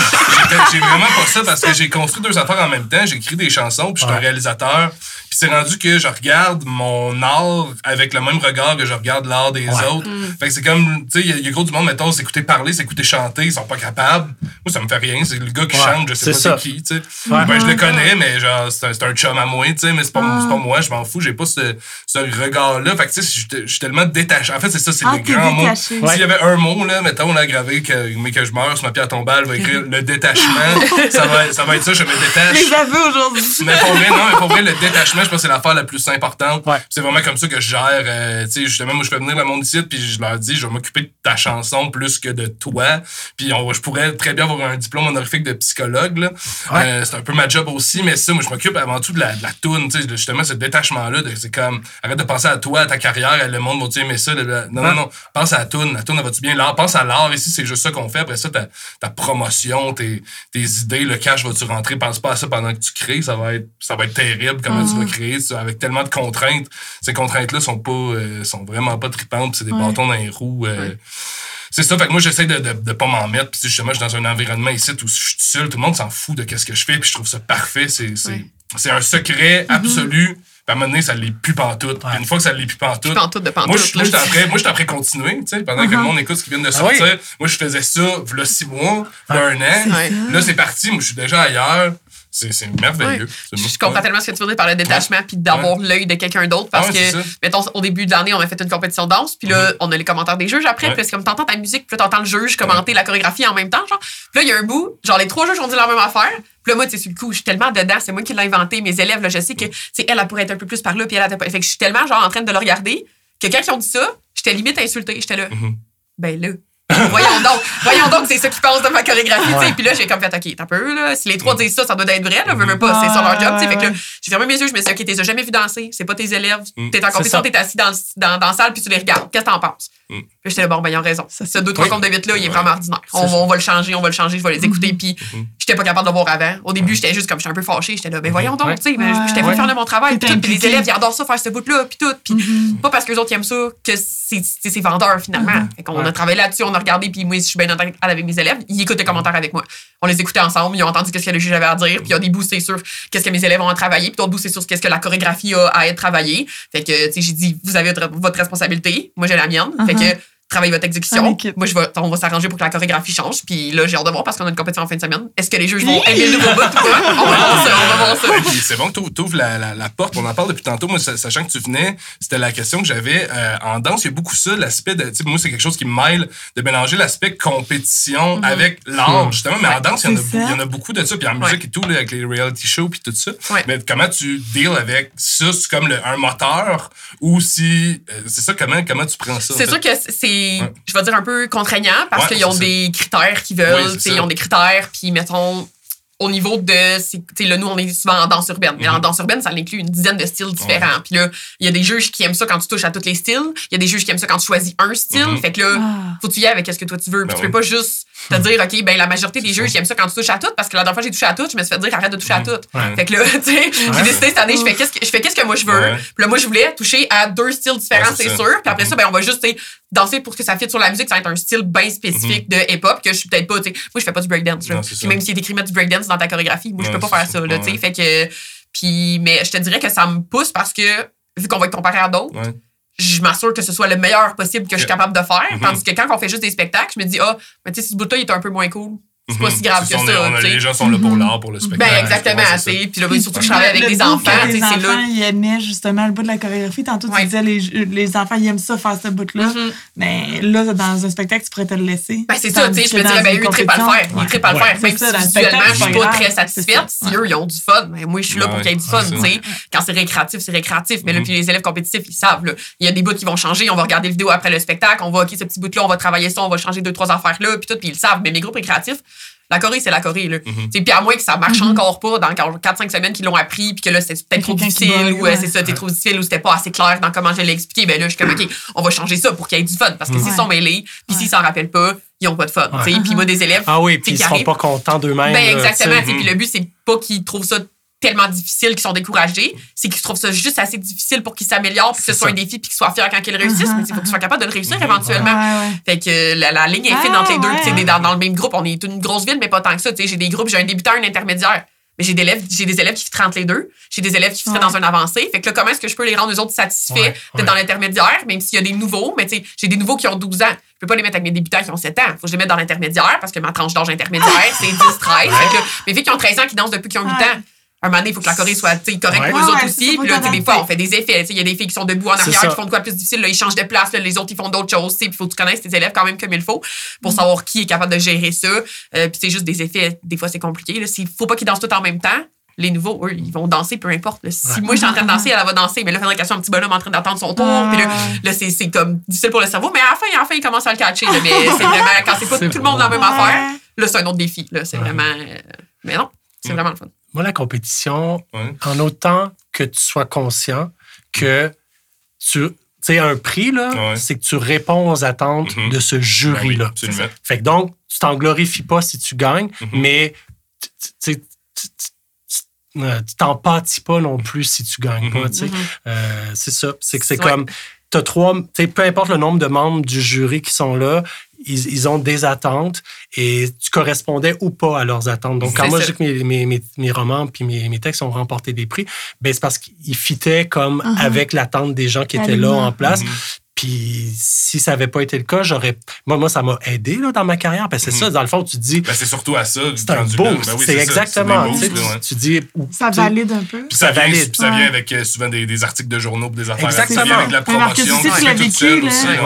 J'ai vraiment pas ça parce que j'ai construit 2 affaires en même temps. J'écris des chansons, puis je suis un réalisateur. Puis c'est rendu que je regarde mon art avec le même regard que je regarde l'art des autres. Fait que c'est comme, tu sais, il y a gros du monde, mettons, s'écouter parler, s'écouter chanter, ils sont pas capables. Moi, ça me fait rien. C'est le gars qui chante, je sais pas c'est qui, tu sais. Ben, je le connais, mais genre, c'est un chum à moi, tu sais, mais c'est pas moi, je m'en fous, j'ai pas ce regard-là. Fait que, tu sais, je suis tellement détaché. En fait, c'est ça, c'est le grand mot. S'il y avait un mot, là, mettons, là, gravé, mais que je meurs sur ma pierre tombale, je vais écrire le détachement. ça va être ça, je me détache. Les aveux aujourd'hui. Mais pour vrai, le détachement, je pense que c'est l'affaire la plus importante. C'est vraiment comme ça que je gère. Tu sais, justement, moi, je fais venir le monde ici, puis je leur dis, je vais m'occuper de ta chanson plus que de toi. Puis je pourrais très bien avoir un diplôme honorifique de psychologue, là. C'est un peu ma job aussi, mais ça, moi, je m'occupe avant tout de la toune, tu sais, justement, ce détachement-là, c'est comme, arrête de penser à toi, à ta carrière, le monde va-tu aimer ça? Non, pense à la toune, va-tu bien? L'art, pense à l'art, ici, c'est juste ça qu'on fait. Après ça, ta promotion, tes idées, le cash, vas-tu rentrer? Pense pas à ça pendant que tu crées, ça va être terrible, comment tu vas créer, avec tellement de contraintes. Ces contraintes-là sont vraiment pas tripantes, c'est des bâtons dans les roues. C'est ça, fait que moi, j'essaie de pas m'en mettre. Puis justement, je suis dans un environnement ici où je suis tout seul, tout le monde s'en fout de qu'est-ce que je fais, puis je trouve ça parfait. C'est un secret absolu. Puis à un moment donné, ça l'est plus pantoute. Puis une fois que ça l'est plus pantoute... Moi, je suis en train de continuer, tu sais, pendant que le monde écoute ce qui vient de sortir. Moi, je faisais ça, il y a 6 mois, il y a 1 an. Là, c'est parti. Moi, je suis déjà ailleurs. C'est merveilleux. Je comprends tellement ce que tu veux dire par le détachement puis d'avoir l'œil de quelqu'un d'autre parce que, mettons, au début de l'année, on a fait une compétition de danse puis là, on a les commentaires des juges après. Puis c'est comme t'entends ta musique puis là, t'entends le juge commenter la chorégraphie en même temps. Genre. Puis là, il y a un bout, genre les 3 juges ont dit la même affaire. Puis là, moi, tu sais, sur le coup, je suis tellement dedans, c'est moi qui l'ai inventé. Mes élèves, là, je sais que, elle pourrait être un peu plus par là puis elle a pas. Fait que je suis tellement, genre, en train de le regarder que quand ils ont dit ça, j'étais limite insultée. J'étais là, ben là. Voyons donc, c'est ça qui passe de ma chorégraphie, tu sais. Puis là, j'ai comme fait, OK, t'as peu, là. Si les 3 disent ça, ça doit être vrai, là. Veux pas, c'est sur leur job, tu sais. Fait que là, j'ai fermé mes yeux, je me suis dit, OK, t'es jamais vu danser, c'est pas tes élèves. T'es en compétition, t'es assis dans la salle, puis tu les regardes. Qu'est-ce que t'en penses? Puis j'étais là, bon, ben, ils ont raison. Ce 2-3 comptes de 8 là, il est vraiment ordinaire. On va le changer, je vais les écouter. Puis j'étais pas capable de voir avant. Au début, j'étais juste comme, j'étais un peu fâchée. J'étais là, ben, voyons donc, tu sais, j'étais pas faire de mon travail. Puis les élèves, ils adorent ça, faire ce bout-là, puis tout. Puis pas parce que les autres aiment ça que c'est vendeur, finalement. Fait qu'on a travaillé là-dessus, on a regardé, puis moi, je suis bien en avec mes élèves, ils écoutent les commentaires avec moi. On les écoutait ensemble, ils ont entendu ce que le juge avait à dire, puis il y a des bouts, c'est sûr, qu'est-ce que mes élèves ont à travailler, puis d'autres bouts, c'est sûr, qu'est-ce que la chorégraphie a à être travaillée. Fait que, tu sais, j'ai dit, vous avez votre responsabilité, moi, j'ai la mienne. Fait que, travaillez votre exécution. Moi, on va s'arranger pour que la chorégraphie change. Puis là, j'ai hâte de voir parce qu'on a une compétition en fin de semaine. Est-ce que les juges vont aimer le nouveau bout ou pas? On va voir ça. Puis c'est bon que tu ouvres la porte. On en parle depuis tantôt. Moi, sachant que tu venais, c'était la question que j'avais. En danse, il y a beaucoup ça, l'aspect de. Tu sais, moi, c'est quelque chose qui me mêle de mélanger l'aspect compétition avec l'art, justement. Mais en danse, il y en a beaucoup de ça. Puis en musique et tout, là, avec les reality shows puis tout ça. Mais comment tu deals avec ça? C'est comme un moteur ou si. C'est ça, comment tu prends ça? C'est sûr que c'est. Je vais dire un peu contraignant parce qu'ils ont des critères qu'ils veulent, ils ont des critères, puis mettons, au niveau de, là, nous, on est souvent en danse urbaine. Mais en danse urbaine, ça inclut une dizaine de styles différents. Puis là, il y a des juges qui aiment ça quand tu touches à tous les styles. Il y a des juges qui aiment ça quand tu choisis un style. Fait que là, faut que tu y ailles avec ce que toi tu veux. Puis tu peux pas juste te dire, OK, ben la majorité des juges, ils aiment ça quand tu touches à tout. Parce que la dernière fois, j'ai touché à tout, je me suis fait dire, arrête de toucher à tout. Fait que là, tu sais, j'ai décidé cette année, je fais qu'est-ce que moi je veux. Puis là, moi, je voulais toucher à 2 styles différents, c'est sûr. Puis après ça, ben on va juste, danser pour que ça fitte sur la musique, ça va être un style bien spécifique de hip-hop que je suis peut-être pas, tu sais. Moi, je fais pas du breakdance. Puis même s'il est écrit mettre du breakdance dans ta chorégraphie, moi, je peux pas faire ça, là, tu sais. Fait que, mais je te dirais que ça me pousse parce que, vu qu'on va être comparé à d'autres, je m'assure que ce soit le meilleur possible que je suis capable de faire. Tandis que quand on fait juste des spectacles, je me dis, mais tu sais, si ce bout-là, il est un peu moins cool. C'est pas si grave que ça. Les gens sont là pour l'art, pour le spectacle. Ben, exactement. Puis là, surtout que je travaille avec des enfants. Les enfants, ils aimaient justement le bout de la chorégraphie. Tantôt, tu disais, les enfants, ils aiment ça, faire ce bout-là. Mais là, dans un spectacle, tu pourrais te le laisser. Ben, c'est ça, tu sais. Je me dirais, ben, eux, ils trippent à le faire. Ils trippent à le faire. Même si visuellement, je suis pas très satisfaite. Si eux, ils ont du fun, ben, moi, je suis là pour qu'il y ait du fun, tu sais. Quand c'est récréatif, c'est récréatif. Mais là, puis les élèves compétitifs, ils savent, là. Il y a des bouts qui vont changer. On va regarder la vidéo après le spectacle. On va, OK, ce petit bout-là, on va travailler ça, on va changer 2-3 affaires là, puis tout, puis ils savent. Mais mes groupes récréatifs, la Corée, c'est la Corée, là. Puis à moins que ça marche encore pas dans 4-5 semaines qu'ils l'ont appris, puis que là, c'était peut-être trop difficile, ou c'est ça, c'était trop difficile, ou c'était pas assez clair dans comment je l'ai expliqué, ben là, je suis comme, OK, on va changer ça pour qu'il y ait du fun. Parce que s'ils sont mêlés, puis s'ils s'en rappellent pas, ils ont pas de fun. Puis moi, des élèves. Ah oui, puis ils sont pas contents d'eux-mêmes. Ben exactement. Puis le but, c'est pas qu'ils trouvent ça tellement difficiles qu'ils sont découragés. C'est qu'ils trouvent ça juste assez difficile pour qu'ils s'améliorent, puis que ce soit un défi, puis qu'ils soient fiers quand ils le réussissent. Mais il faut qu'ils soient capables de le réussir éventuellement. Fait que la ligne est fine entre les deux. Puis dans le même groupe, on est une grosse ville, mais pas tant que ça. T'sais, j'ai des groupes, j'ai un débutant, un intermédiaire. Mais j'ai des élèves qui fitteraient entre les deux. J'ai des élèves qui fitteraient dans un avancé. Fait que là, comment est-ce que je peux les rendre eux autres satisfaits d'être dans l'intermédiaire, même s'il y a des nouveaux. Mais tu sais, j'ai des nouveaux qui ont 12 ans. Je peux pas les mettre avec mes débutants qui ont 7 ans. Faut que je les mette dans l'intermédiaire parce que ma tranche d'âge intermédiaire, c'est 10-13. Fait que mes filles qui ont 13 ans qui dansent depuis qu'ils ont 8 ans. Un moment donné, il faut que la choré soit correcte pour eux autres aussi. Puis là, des fois, on fait des effets. Il y a des filles qui sont debout en arrière, qui font de quoi de plus difficile. Là, ils changent de place. Là, les autres, ils font d'autres choses. Puis il faut que tu connaisses tes élèves quand même comme il faut pour savoir qui est capable de gérer ça. Puis c'est juste des effets. Des fois, c'est compliqué. Il faut pas qu'ils dansent tout en même temps. Les nouveaux, eux, ils vont danser, peu importe. Là. Si moi, je suis en train de danser, elle va danser. Mais là, il faudrait qu'elle soit un petit bonhomme en train d'attendre son tour. Puis là c'est comme difficile pour le cerveau. Mais à la fin, il commence à le catcher. Là. Mais c'est vraiment, quand c'est pas tout le monde dans la même affaire, là, c'est un autre défi. Là. C'est vraiment... Mais non, c'est vraiment le fun. Moi, la compétition, en autant que tu sois conscient que tu sais, un prix, là, c'est que tu réponds aux attentes de ce jury-là. Fait que donc, tu t'en glorifies pas si tu gagnes, mais tu t'en pâtis pas non plus si tu gagnes pas. C'est ça. C'est que c'est comme... T'as peu importe le nombre de membres du jury qui sont là, ils ont des attentes et tu correspondais ou pas à leurs attentes. Donc, quand moi, je dis que mes romans puis mes textes ont remporté des prix, ben c'est parce qu'ils fitaient comme avec l'attente des gens qui étaient là en place. Puis si ça n'avait pas été le cas, moi, ça m'a aidé là, dans ma carrière. Parce que c'est ça, dans le fond, tu te dis... Ben, c'est surtout à ça. C'est un boost. C'est exactement. Tu dis... Ça valide un peu. Puis ça vient avec souvent des articles de journaux des affaires. Exactement. Ça vient avec la promotion. Tu l'as vécu,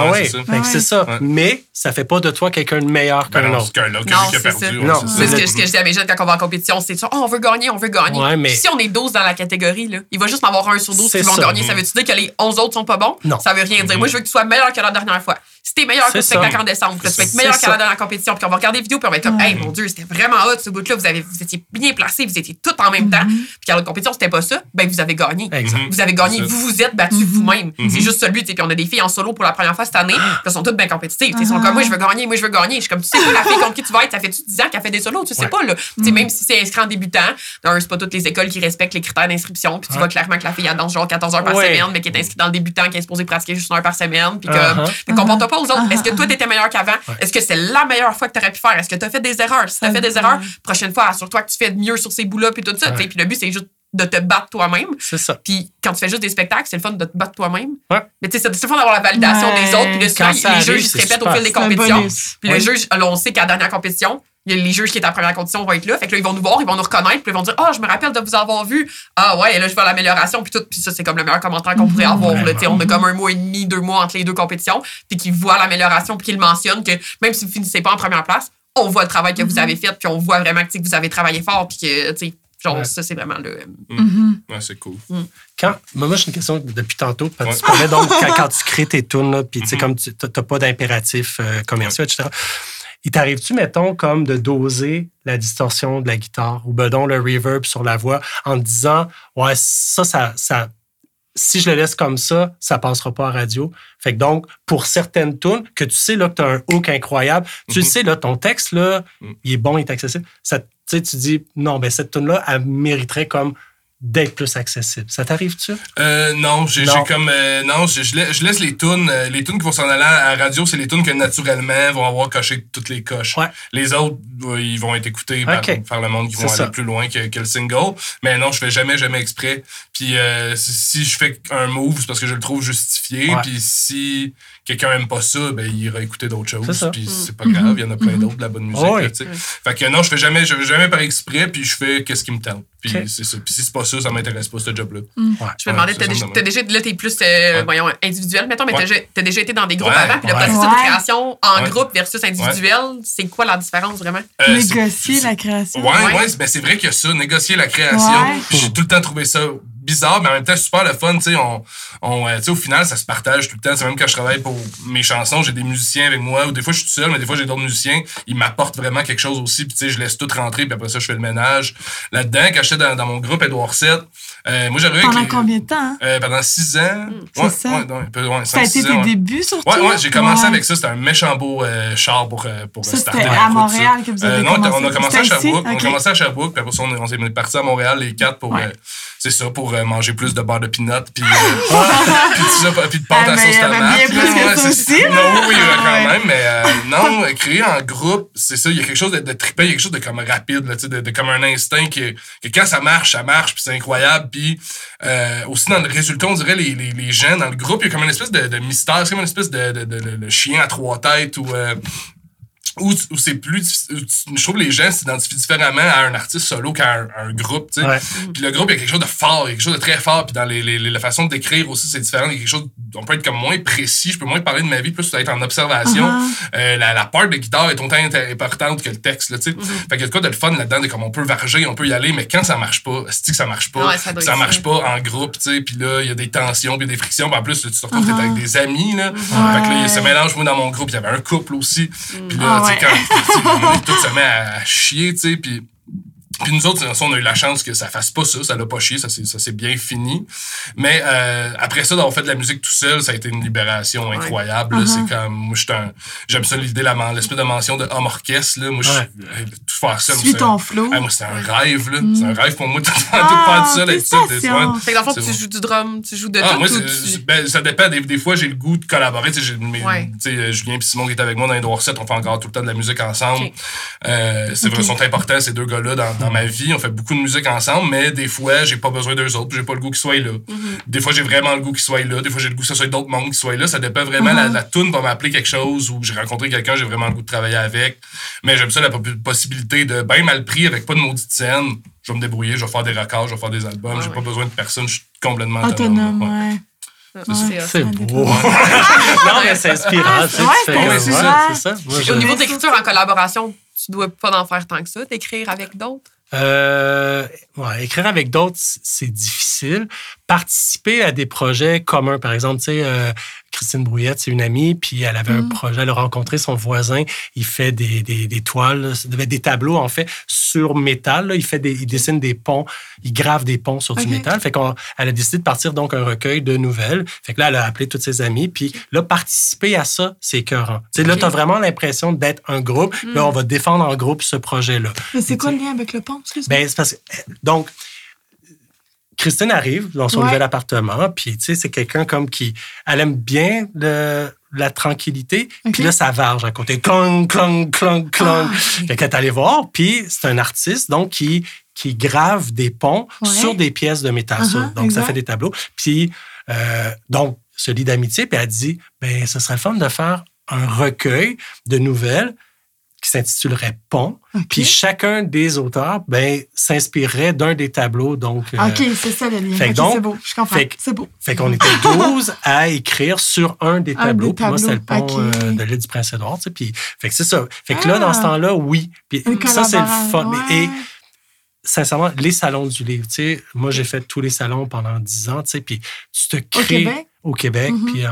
là. C'est ça. Mais ça fait pas de toi quelqu'un de meilleur qu'un autre. Quelqu'un qui a perdu. Non, c'est ce que je dis à mes jeunes quand on va en compétition. C'est ça, on veut gagner. Puis si on est 12 dans la catégorie, là, il va juste en avoir 1 sur 12 qui vont gagner. Ça veut-tu dire que les 11 autres sont pas bons? Non. Ça veut rien dire. Moi, je veux que tu sois meilleur que la dernière fois. Si t'es meilleur que le spectacle en décembre, tu vas être meilleur que la dernière compétition, puis on va regarder les vidéos, puis on va être comme, hey, mon Dieu, c'était vraiment hot ce bout-là, vous étiez bien placés, vous étiez tous en même temps, puis quand la compétition, c'était pas ça, ben vous avez gagné. Vous avez gagné, vous êtes battus vous-même. C'est juste ça le but, puis on a des filles en solo pour la première fois cette année, puis elles sont toutes bien compétitives. Ils sont comme, moi, je veux gagner. Je suis comme, tu sais pas la fille contre qui tu vas être, ça fait 10 ans qu'elle fait des solos, tu sais pas, là. Même si c'est inscrit en débutant, c'est pas toutes les écoles qui respectent les critères d'inscription, puis tu vois clairement que la fille, elle danse genre 14 heures par semaine, mais qui est inscrite dans le débutant, qui est supposée pratiquer juste 1 heure par semaine, puis comme, comporte pas aux autres. Est-ce que toi, t'étais meilleur qu'avant? Est-ce que c'est la meilleure fois que t'aurais pu faire? Est-ce que t'as fait des erreurs? Si t'as fait des erreurs, prochaine fois, assure-toi que tu fais mieux sur ces bouts-là, puis tout ça. Puis le but, c'est juste de te battre toi-même. C'est ça. Puis quand tu fais juste des spectacles, c'est le fun de te battre toi-même. Mais tu sais, c'est le fun d'avoir la validation des autres. Puis là, souvent, les juges, ils se répètent au fil des compétitions. Puis le juge, on sait qu'à la dernière compétition, les juges qui étaient en première compétition vont être là. Fait que là, ils vont nous voir, ils vont nous reconnaître, puis ils vont dire, je me rappelle de vous avoir vu. Ah ouais, et là, je vois l'amélioration, puis tout. Puis ça, c'est comme le meilleur commentaire qu'on pourrait avoir. Là, on a comme 1 mois et demi, 2 mois entre les 2 compétitions, puis qu'ils voient l'amélioration, puis qu'ils mentionnent que même si vous finissez pas en première place, on voit le travail que vous avez fait, puis on voit vraiment que vous avez travaillé fort, puis que, tu sais, genre, ça, c'est vraiment le... Ouais, c'est cool. Moi, j'ai une question depuis tantôt. Parce que tu parlais donc, quand tu crées tes tunes, puis tu sais, comme tu n'as pas d'impératif commerciaux, etc., il t'arrive-tu, mettons, comme de doser la distorsion de la guitare ou ben donc le reverb sur la voix en te disant, ouais, ça, si je le laisse comme ça passera pas à radio. Fait que donc, pour certaines tunes, que tu sais là, que tu as un hook incroyable, tu le sais, là, ton texte, là, il est bon, il est accessible. Tu dis, non, ben cette tune-là, elle mériterait comme d'être plus accessible. Ça t'arrive-tu? Non, je laisse les tunes. Les tunes qui vont s'en aller à la radio, c'est les tunes que naturellement vont avoir coché toutes les coches. Ouais. Les autres, ils vont être écoutés par le monde qui vont aller plus loin que le single. Mais non, je fais jamais exprès. Puis si je fais un move, c'est parce que je le trouve justifié. Puis si quelqu'un aime pas ça, ben il ira écouter d'autres choses. Puis c'est pas grave, il y en a plein d'autres de la bonne musique. Là, fait que non, je fais jamais par exprès, puis je fais qu'est-ce qui me tente. Puis c'est ça. Puis si c'est pas ça m'intéresse pas, ce job-là. Je me demandais, t'as déjà, là, t'es plus individuel, mettons, mais t'as déjà été dans des groupes avant, puis le processus de création en groupe versus individuel, c'est quoi la différence vraiment? Négocier la création. Ben c'est vrai qu'il y a ça, négocier la création. Puis j'ai tout le temps trouvé ça bizarre, mais en même temps, super le fun. Tu sais, au final, ça se partage tout le temps. C'est même quand je travaille pour mes chansons, j'ai des musiciens avec moi, ou des fois, je suis tout seul, mais des fois, j'ai d'autres musiciens. Ils m'apportent vraiment quelque chose aussi. Puis, tu sais, je laisse tout rentrer, puis après ça, je fais le ménage. Là-dedans, quand j'étais dans mon groupe Édouard 7, moi, j'avais pendant combien de temps? Pendant 6 ans. C'est ça? Ça a été tes débuts, surtout? Ouais, j'ai commencé avec ça. C'était un méchant beau char pour ça, starter. C'était à Montréal que vous avez commencé? Non, on a commencé à Sherbrooke. Okay. On a commencé à Sherbrooke, puis après ça, on s'est partis à Montréal, les 4, pour... c'est ça, pour manger plus de beurre de peanut, puis de pâte à sauce tomate. Bien plus que ça aussi. Non, oui, quand même, mais non, créer en groupe, c'est ça, il y a quelque chose de trippant, il y a quelque chose de comme rapide, là, de comme un instinct que quand ça marche, puis c'est incroyable, puis aussi dans le résultat, on dirait les gens dans le groupe, il y a comme une espèce de mystère, c'est comme une espèce de chien à 3 têtes, où c'est plus je trouve que les gens s'identifient différemment à un artiste solo qu'à un groupe, tu sais. Puis le groupe, il y a quelque chose de fort, il y a quelque chose de très fort, puis dans la façon de décrire aussi, c'est différent, il y a quelque chose, on peut être comme moins précis, je peux moins parler de ma vie, plus être en observation. La part de guitare est autant importante que le texte, là, tu sais. Fait qu'il y a de quoi de le fun là-dedans, de comme on peut varger, on peut y aller, mais quand ça marche pas, c'est que ça marche pas, ça marche pas en groupe, tu sais, puis là, il y a des tensions, puis des frictions, puis en plus, tu te retrouves peut-être avec des amis, là. Fait que là, il y a ce mélange, moi, dans mon groupe, il y avait un couple aussi, puis là, tu sais, quand tout se met à chier, tu sais, puis nous autres, on a eu la chance que ça fasse pas ça l'a pas chié, ça s'est bien fini. Mais après ça, d'avoir fait de la musique tout seul, ça a été une libération incroyable. Là, c'est comme, moi, j'aime ça l'idée, l'espèce de mention de homme orchestre. Là, moi, tout faire ça. Suis ton flow. Moi, c'est un rêve. Là. C'est un rêve pour moi de tout faire tout seul. Fait que dans le fond, tu joues du drum, tu joues de tout. Moi, ça dépend. Des fois, j'ai le goût de collaborer. Julien et Simon qui est avec moi dans Édouard 7, on fait encore tout le temps de la musique ensemble. Ils sont importants, ces deux gars-là, dans ma vie. On fait beaucoup de musique ensemble, mais des fois, j'ai pas besoin d'eux autres, j'ai pas le goût qu'ils soient là. Des fois, j'ai vraiment le goût qu'ils soient là. Des fois, j'ai le goût que ce soit d'autres mondes qui soient là. Ça dépend vraiment. La toune va m'appeler quelque chose, ou j'ai rencontré quelqu'un, j'ai vraiment le goût de travailler avec. Mais j'aime ça, la possibilité de bien mal pris, avec pas de maudite scène. Je vais me débrouiller, je vais faire des records, je vais faire des albums. J'ai pas besoin de personne, je suis complètement autonome. C'est beau. Non, mais c'est inspirant. C'est ça. Au niveau de l'écriture en collaboration, tu dois pas en faire tant que ça, d'écrire avec d'autres? Écrire avec d'autres, c'est difficile. Participer à des projets communs, par exemple, tu sais, Christine Brouillette, c'est une amie, puis elle avait un projet, elle a rencontré son voisin, il fait des toiles, des tableaux, en fait, sur métal. Là, il dessine des ponts, il grave des ponts sur du métal. Fait qu'elle a décidé de partir donc un recueil de nouvelles. Fait que là, elle a appelé toutes ses amies, puis là, participer à ça, c'est écœurant. Tu sais, là, t'as vraiment l'impression d'être un groupe. Là, on va défendre en groupe ce projet-là. Mais c'est quoi le lien avec le pont? Excuse-moi. Ben, c'est parce que, donc, Christine arrive dans son nouvel appartement, puis tu sais, c'est quelqu'un comme elle aime bien la tranquillité, puis là, ça varge à côté. Clong, clong, clong, clong. Fait qu'elle est allée voir, puis c'est un artiste, donc, qui grave des ponts sur des pièces de métal. Donc, ça fait des tableaux. Puis, donc, se lie d'amitié, puis elle dit, ben, ce serait le fun de faire un recueil de nouvelles qui s'intitulerait Pont. Puis chacun des auteurs s'inspirerait d'un des tableaux. Donc, OK, c'est ça le lien. C'est beau, je comprends. C'est beau. Fait qu'on était 12 à écrire sur un des tableaux. Puis moi, c'est le pont de l'île du Prince-Édouard. Puis, fait que c'est ça. Fait que là, dans ce temps-là, oui. Puis ça, c'est le fun. Ouais. Et sincèrement, les salons du livre, tu sais, moi, j'ai fait tous les salons pendant 10 ans, tu sais, puis tu te crées... Au Québec, puis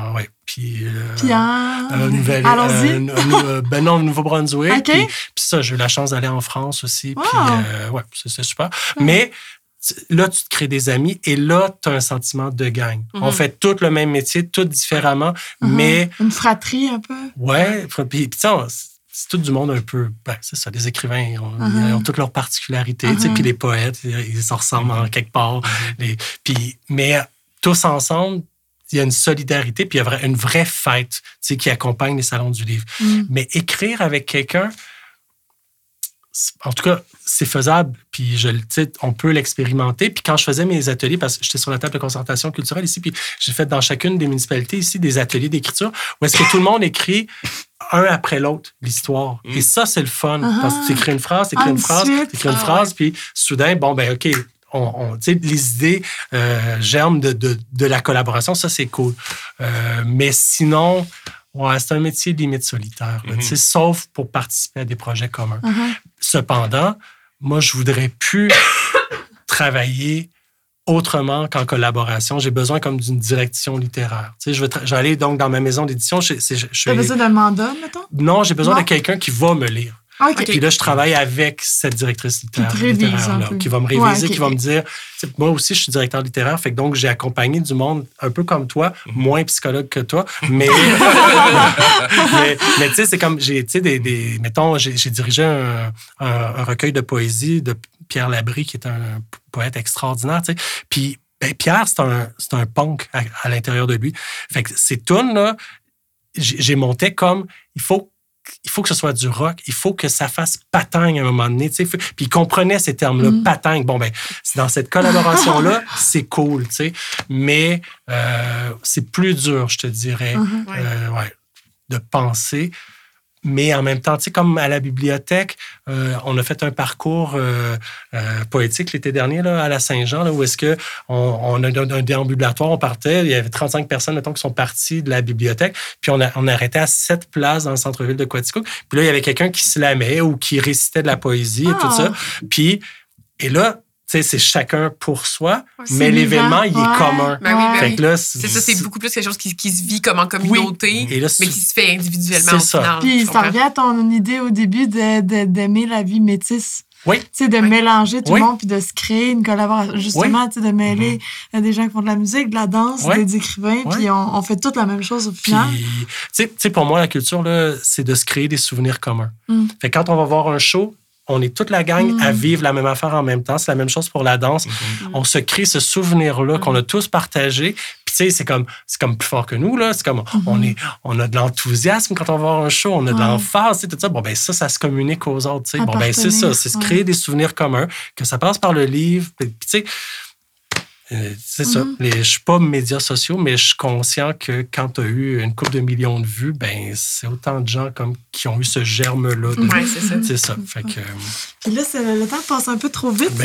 au Nouveau-Brunswick. Puis ça, j'ai eu la chance d'aller en France aussi. Puis, c'était super. Mais là, tu te crées des amis et là, tu as un sentiment de gang. On fait tout le même métier, tout différemment, mais... Une fratrie un peu. Ouais. Puis ça, c'est tout du monde un peu... c'est ça, les écrivains, ils ont toutes leurs particularités. Puis les poètes, ils se ressemblent en quelque part. Mais tous ensemble, il y a une solidarité, puis il y a une vraie fête qui accompagne les salons du livre. Mais écrire avec quelqu'un, en tout cas, c'est faisable, puis on peut l'expérimenter. Puis quand je faisais mes ateliers, parce que j'étais sur la table de concertation culturelle ici, puis j'ai fait dans chacune des municipalités ici des ateliers d'écriture où est-ce que tout le monde écrit un après l'autre l'histoire. Et ça, c'est le fun. Parce que tu écris une phrase, tu écris une phrase, puis soudain, OK, les idées germent de la collaboration, ça, c'est cool. Mais sinon, c'est un métier limite solitaire, sauf pour participer à des projets communs. Cependant, moi, je voudrais plus travailler autrement qu'en collaboration. J'ai besoin comme d'une direction littéraire. Tu sais, je vais aller donc dans ma maison d'édition. T'as besoin d'un mandat, mettons? Non, j'ai besoin de quelqu'un qui va me lire. Okay. Puis là, je travaille avec cette directrice littéraire-là, qui va me réviser, qui va me dire... Moi aussi, je suis directeur littéraire, fait que donc j'ai accompagné du monde un peu comme toi, moins psychologue que toi, mais mais tu sais, c'est comme... Mettons, j'ai dirigé un recueil de poésie de Pierre Labrie, qui est un poète extraordinaire, tu sais. Puis Pierre, c'est un punk à l'intérieur de lui. Fait que ces tunes-là, j'ai monté comme... Il faut que ce soit du rock, il faut que ça fasse patagne à un moment donné. Puis il comprenait ces termes-là, patagne. Bon, dans cette collaboration-là, c'est cool, tu sais. Mais c'est plus dur, je te dirais, de penser. Mais en même temps, tu sais, comme à la bibliothèque, on a fait un parcours poétique l'été dernier là, à la Saint-Jean, là, où est-ce qu'on a un déambulatoire, on partait, il y avait 35 personnes, mettons, qui sont parties de la bibliothèque, puis on arrêtait à 7 places dans le centre-ville de Quaticook. Puis là, il y avait quelqu'un qui slamait ou qui récitait de la poésie et tout ça. Et là, tu sais, c'est chacun pour soi, mais l'événement, il est commun. Fait que là, c'est ça, c'est beaucoup plus quelque chose qui se vit comme en communauté, mais qui se fait individuellement au final. Puis ça revient à ton idée au début d'aimer la vie métisse. Oui. Tu sais, de mélanger tout le monde puis de se créer une collaboration. Justement, tu sais, de mêler des gens qui font de la musique, de la danse, des écrivains, puis on fait toute la même chose au final. Tu sais, pour moi, la culture, là, c'est de se créer des souvenirs communs. Fait que quand on va voir un show, on est toute la gang à vivre la même affaire en même temps. C'est la même chose pour la danse. On se crée ce souvenir-là qu'on a tous partagé. Puis, tu sais, c'est comme plus fort que nous, là. C'est comme, on a de l'enthousiasme quand on va voir un show. On a de l'emphase, tu sais, tout ça. Bon, ça se communique aux autres, tu sais. Bon, c'est ça. C'est se créer des souvenirs communs, que ça passe par le livre. Puis, tu sais, c'est ça. Je suis pas médias sociaux, mais je suis conscient que quand tu as eu une couple de millions de vues, c'est autant de gens comme qui ont eu ce germe-là. C'est ça. C'est ça. Fait que... Puis là, le temps passe un peu trop vite, mais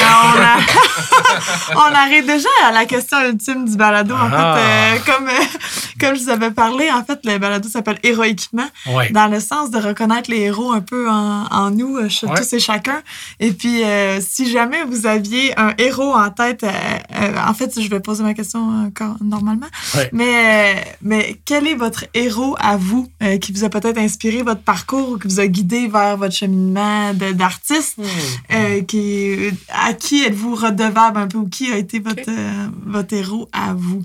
on arrive déjà à la question ultime du balado. En fait, comme je vous avais parlé, en fait, le balado s'appelle Héroïquement, dans le sens de reconnaître les héros un peu en nous, tous et chacun. Et puis, si jamais vous aviez un héros en tête, en fait, je vais poser ma question encore normalement, mais quel est votre héros à vous qui vous a peut-être inspiré votre parcours ou qui vous a guidé vers votre cheminement d'artiste? À qui êtes-vous redevable un peu ou qui a été votre héros à vous?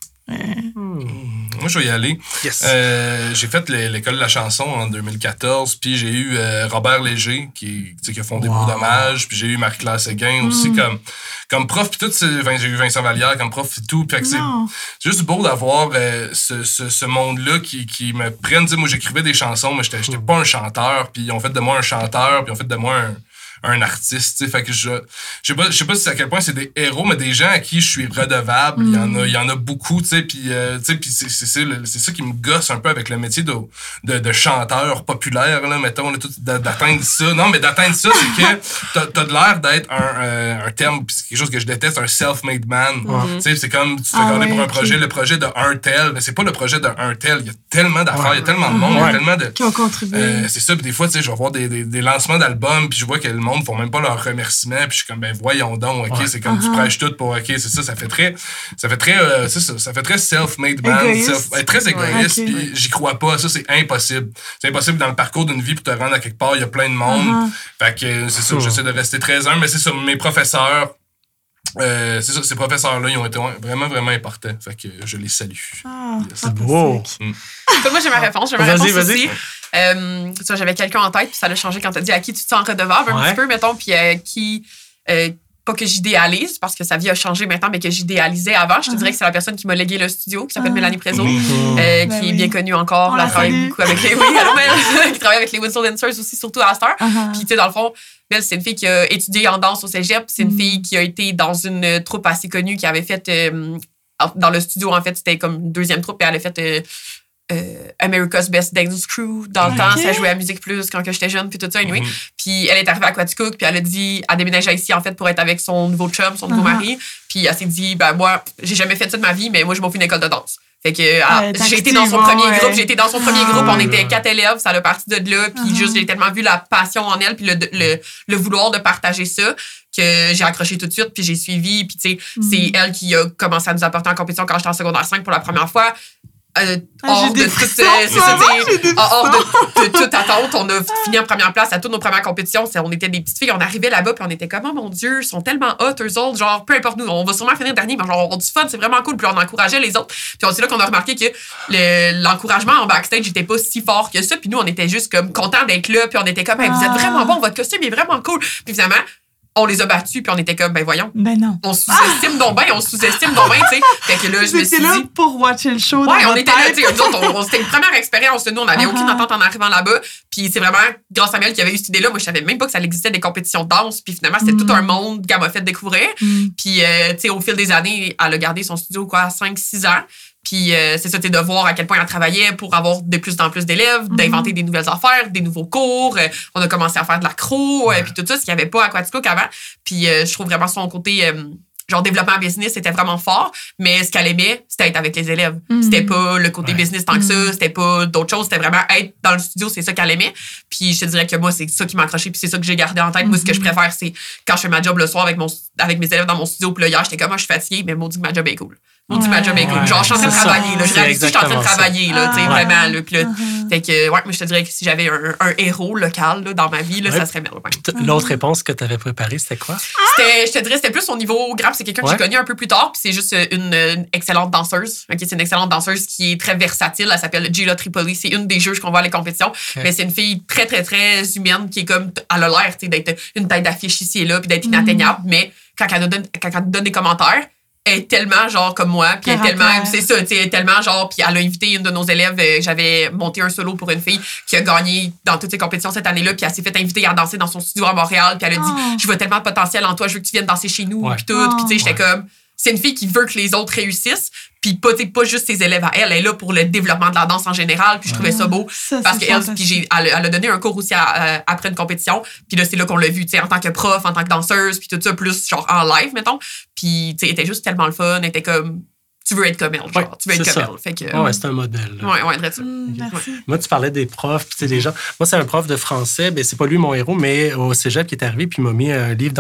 Moi, je vais y aller. Yes. J'ai fait l'école de la chanson en 2014, puis j'ai eu Robert Léger qui a fondé Beau Dommage, puis j'ai eu Marie-Claire Séguin aussi comme prof, puis tout, j'ai eu Vincent Vallière comme prof et tout, puis c'est juste beau d'avoir ce monde-là qui me prenne. Moi, j'écrivais des chansons, mais j'étais pas un chanteur, puis ils ont fait de moi un chanteur, puis ils ont fait de moi un artiste, tu sais, fait que je sais pas si à quel point c'est des héros, mais des gens à qui je suis redevable, il y en a beaucoup, tu sais, puis c'est ça qui me gosse un peu avec le métier de chanteur populaire, là, mettons, là, d'atteindre ça. Non, mais d'atteindre ça, c'est que t'as de l'air d'être un terme, puis c'est quelque chose que je déteste, un self-made man. Tu sais, c'est comme, tu te fais regarder pour un projet, le projet de un tel, mais c'est pas le projet de un tel, il y a tellement d'affaires, il y a tellement de monde, il y a tellement de... qui ont contribué. C'est ça, puis des fois, tu sais, je vais voir des lancements d'albums, puis je vois que le monde font même pas leurs remerciements, puis je suis comme, voyons donc, OK, c'est comme tu prêches tout pour, OK, c'est ça, ça fait très self-made man, très égoïste, puis j'y crois pas, ça, c'est impossible. C'est impossible dans le parcours d'une vie pour te rendre à quelque part, il y a plein de monde, fait que c'est ça, j'essaie de rester très humble, mais c'est ça, mes professeurs, c'est ça, ces professeurs-là, ils ont été vraiment, vraiment importants, fait que je les salue. C'est beau! Moi, j'ai ma réponse, aussi. J'avais quelqu'un en tête, puis ça l'a changé quand t'as dit à qui tu te sens redevable un petit peu, mettons, puis qui... pas que j'idéalise, parce que sa vie a changé maintenant, mais que j'idéalisais avant. Je te dirais que c'est la personne qui m'a légué le studio, qui s'appelle Mélanie Prézo, qui est bien connue encore. Elle travaille beaucoup avec les... qui travaille avec les Whistle Dancers aussi, surtout à Star. Puis, tu sais, dans le fond, elle, c'est une fille qui a étudié en danse au cégep. C'est une fille qui a été dans une troupe assez connue, qui avait fait... dans le studio, en fait, c'était comme une deuxième troupe, et elle a fait... America's Best Dance Crew dans le temps, ça jouait à Musique Plus quand j'étais jeune, puis tout ça, anyway. Puis elle est arrivée à Quaticook, puis elle a dit, elle déménageait ici en fait pour être avec son nouveau chum, son nouveau mari, puis elle s'est dit, moi, j'ai jamais fait ça de ma vie, mais moi, je m'offre une école de danse. Fait que j'ai été dans son premier groupe, on était 4 élèves, ça a parti de là, puis juste j'ai tellement vu la passion en elle, puis le vouloir de partager ça. que j'ai accroché tout de suite, puis j'ai suivi. Puis, tu sais, c'est elle qui a commencé à nous apporter en compétition quand j'étais en secondaire 5 pour la première fois. Hors de toute attente, on a fini en première place à toutes nos premières compétitions. On était des petites filles, on arrivait là-bas, puis on était comme, oh mon Dieu, ils sont tellement hot, eux autres. Genre, peu importe nous, on va sûrement finir dernier, mais genre, on a du fun, c'est vraiment cool. Puis on encourageait les autres. Puis c'est là qu'on a remarqué que l'encouragement en backstage n'était pas si fort que ça. Puis nous, on était juste comme contents d'être là, puis on était comme, hey, vous êtes vraiment bon, votre costume est vraiment cool. Puis finalement, on les a battus, puis on était comme, ben voyons. Ben non. On sous-estime donc bien, tu sais. Fait que là, je me suis dit. là pour watcher le show. Ouais, on était là, tu sais. Nous autres, c'était une première expérience. Nous, on n'avait aucune attente en arrivant là-bas. Puis c'est vraiment grâce à Mel qui avait eu cette idée-là. Moi, je savais même pas que ça existait des compétitions de danse. Puis finalement, c'était tout un monde qu'elle m'a fait découvrir. Puis, tu sais, au fil des années, elle a gardé son studio, 5-6 ans. Puis c'est ça, de voir à quel point elle travaillait pour avoir de plus en plus d'élèves, d'inventer des nouvelles affaires, des nouveaux cours. On a commencé à faire de l'accro, puis tout ça, ce qu'il n'y avait pas à Quaticook avant. Puis je trouve vraiment son côté genre développement business, c'était vraiment fort. Mais ce qu'elle aimait, c'était être avec les élèves. C'était pas le côté business tant que ça, c'était pas d'autres choses. C'était vraiment être dans le studio, c'est ça qu'elle aimait. Puis je te dirais que moi, c'est ça qui m'a accroché, puis c'est ça que j'ai gardé en tête. Moi, ce que je préfère, c'est quand je fais ma job le soir avec mes élèves dans mon studio. Puis là, hier, j'étais comme, moi, je suis fatiguée, mais maudit que ma job est cool. Mon Dieu, ma job est cool. Genre, je suis en train de travailler, là. Je réalise que je suis en train de travailler, là, tu sais, vraiment, là. Puis là, fait que, ouais, moi, je te dirais que si j'avais un héros local, là, dans ma vie, là, ça serait Mel. L'autre réponse que tu avais préparée, c'était quoi? Je te dirais, c'était plus au niveau grave. C'est quelqu'un que j'ai connu un peu plus tard, puis c'est juste une excellente danseuse. OK, c'est une excellente danseuse qui est très versatile. Elle s'appelle Gila Tripoli. C'est une des juges qu'on voit à les compétitions. Mais c'est une fille très, très, très humaine qui est comme, elle a l'air, tu sais, d'être une tête d'affiche ici et là, puis d'être inatteignable. Mais quand elle nous donne des commentaires, elle est tellement genre comme moi, puis elle est tellement, c'est ça, tu sais, elle est tellement genre, puis elle a invité une de nos élèves, j'avais monté un solo pour une fille qui a gagné dans toutes ses compétitions cette année-là, puis elle s'est fait inviter à danser dans son studio à Montréal, puis elle a dit, je vois tellement de potentiel en toi, je veux que tu viennes danser chez nous, puis tout, puis tu sais, j'étais comme, c'est une fille qui veut que les autres réussissent, puis pas juste ses élèves à elle, elle est là pour le développement de la danse en général, puis je trouvais ça beau, parce qu'elle elle a donné un cours aussi après une compétition, puis là, c'est là qu'on l'a vu, tu sais, en tant que prof, en tant que danseuse, puis tout ça, plus genre en live, mettons, puis tu sais, elle était juste tellement le fun, elle était comme, tu veux être comme elle, genre, tu veux être comme elle. Fait que, ouais, c'est un modèle. Ouais, très ça. Moi, tu parlais des profs, puis tu sais, des gens. Moi, c'est un prof de français, ben c'est pas lui mon héros, mais au cégep qui est arrivé, puis il m'a mis un livre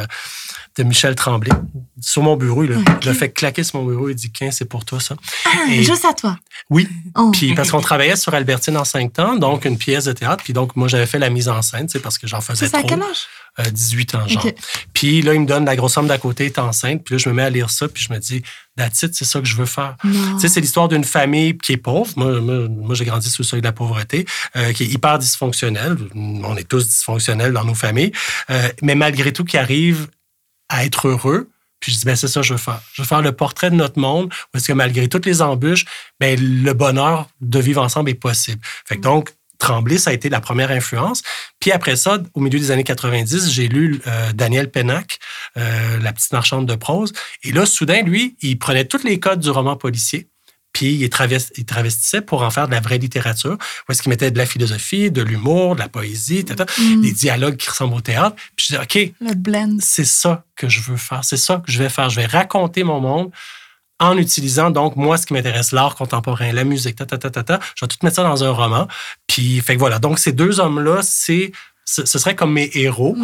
de Michel Tremblay sur mon bureau. Il l'a fait claquer sur mon bureau. Il dit, « c'est pour toi, ça. » Juste à toi? Oui. Puis parce qu'on travaillait sur Albertine en 5 temps, donc une pièce de théâtre. Puis donc, moi, j'avais fait la mise en scène, tu sais, parce que j'en faisais trop. C'est à quel âge? 18 ans, genre. Puis là, il me donne la grosse somme d'à côté, est enceinte. Puis là, je me mets à lire ça, puis je me dis, that's it, c'est ça que je veux faire. Tu sais, c'est l'histoire d'une famille qui est pauvre. Moi j'ai grandi sous le seuil de la pauvreté, qui est hyper dysfonctionnelle. On est tous dysfonctionnels dans nos familles. Mais malgré tout, qui arrive à être heureux. Puis je dis, ben c'est ça que je veux faire. Je veux faire le portrait de notre monde où est-ce que malgré toutes les embûches, ben le bonheur de vivre ensemble est possible. Fait que donc, Tremblay, ça a été la première influence. Puis après ça, au milieu des années 90, j'ai lu Daniel Pennac, La petite marchande de prose. Et là, soudain, lui, il prenait tous les codes du roman policier, puis il travestissait pour en faire de la vraie littérature, où est-ce qu'il mettait de la philosophie, de l'humour, de la poésie, des dialogues qui ressemblent au théâtre. Puis je dis, OK, le blend. C'est ça que je veux faire, c'est ça que je vais faire. Je vais raconter mon monde en utilisant, donc, moi, ce qui m'intéresse, l'art contemporain, la musique, Je vais tout mettre ça dans un roman. Puis, fait que voilà. Donc, ces deux hommes-là, ce serait comme mes héros.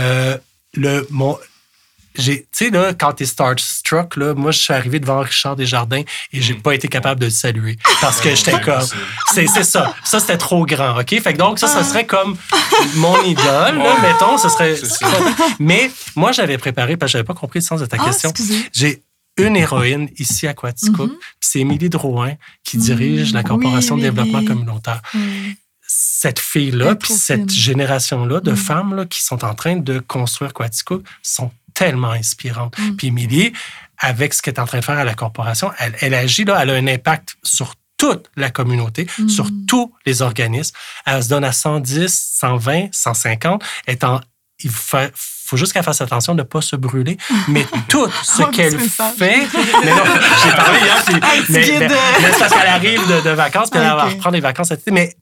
Tu sais, là, quand t'es starstruck, là, moi, je suis arrivé devant Richard Desjardins et j'ai pas été capable de le saluer. Parce que j'étais comme... C'est ça. Ça, c'était trop grand, OK? Fait que donc, ça serait comme mon idole, là, mettons. Ce serait... Mais moi, j'avais préparé, parce que j'avais pas compris le sens de ta question. Excusez. J'ai une héroïne ici à Quaticook, puis c'est Émilie Drouin qui dirige la Corporation de développement communautaire. Cette fille-là, puis cette génération-là de femmes là, qui sont en train de construire Quaticook sont tellement inspirantes. Puis Émilie, avec ce qu'elle est en train de faire à la corporation, elle agit, là, elle a un impact sur toute la communauté, sur tous les organismes. Elle se donne à 110, 120, 150. Il faut juste qu'elle fasse attention de ne pas se brûler. Mais tout ce qu'elle fait... Mais non, j'ai parlé hier, mais c'est parce qu'elle arrive de vacances, puis elle va reprendre les vacances cet été. Mais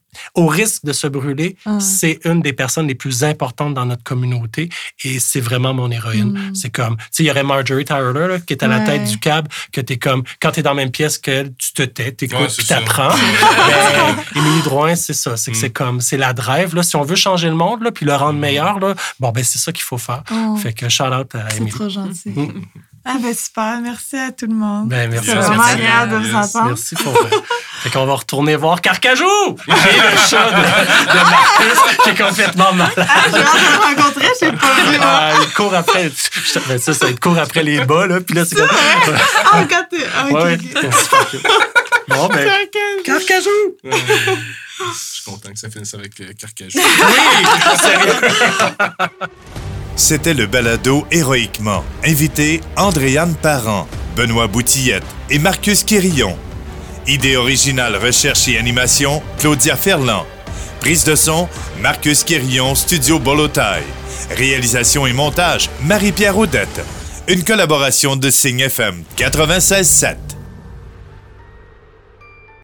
au risque de se brûler, c'est une des personnes les plus importantes dans notre communauté et c'est vraiment mon héroïne. C'est comme, tu sais, il y aurait Marjorie Taylor là, qui est à la tête du CAB, que t'es comme, quand t'es dans la même pièce qu'elle, tu te tais, t'écoutes, puis t'apprends. Émilie Drouin, c'est ça. C'est que c'est comme, c'est la drive. Là, si on veut changer le monde là, puis le rendre meilleur, là, bon, ben c'est ça qu'il faut faire. Fait que shout-out à Émilie. C'est trop gentil. Ah ben super, merci à tout le monde. Ben merci. C'est vraiment agréable de vous entendre. Merci pour Fait qu'on va retourner voir Carcajou, qui est le chat de Marcus, qui est complètement malade. J'ai hâte de le rencontrer, je sais pas. Il court après, il court après les bas, là, puis là, c'est comme... quand t'es... OK. Bon, ben, Carcajou! Je suis content que ça finisse avec Carcajou. Oui, sérieux. C'était le balado Héroïquement. Invité Andréane Parent, Benoît Boutillette et Marcus Quérillon. Idée originale, recherche et animation, Claudia Ferland. Prise de son, Marcus Quérillon, Studio Bolotaille. Réalisation et montage, Marie-Pierre Audette. Une collaboration de Signe FM 96.7.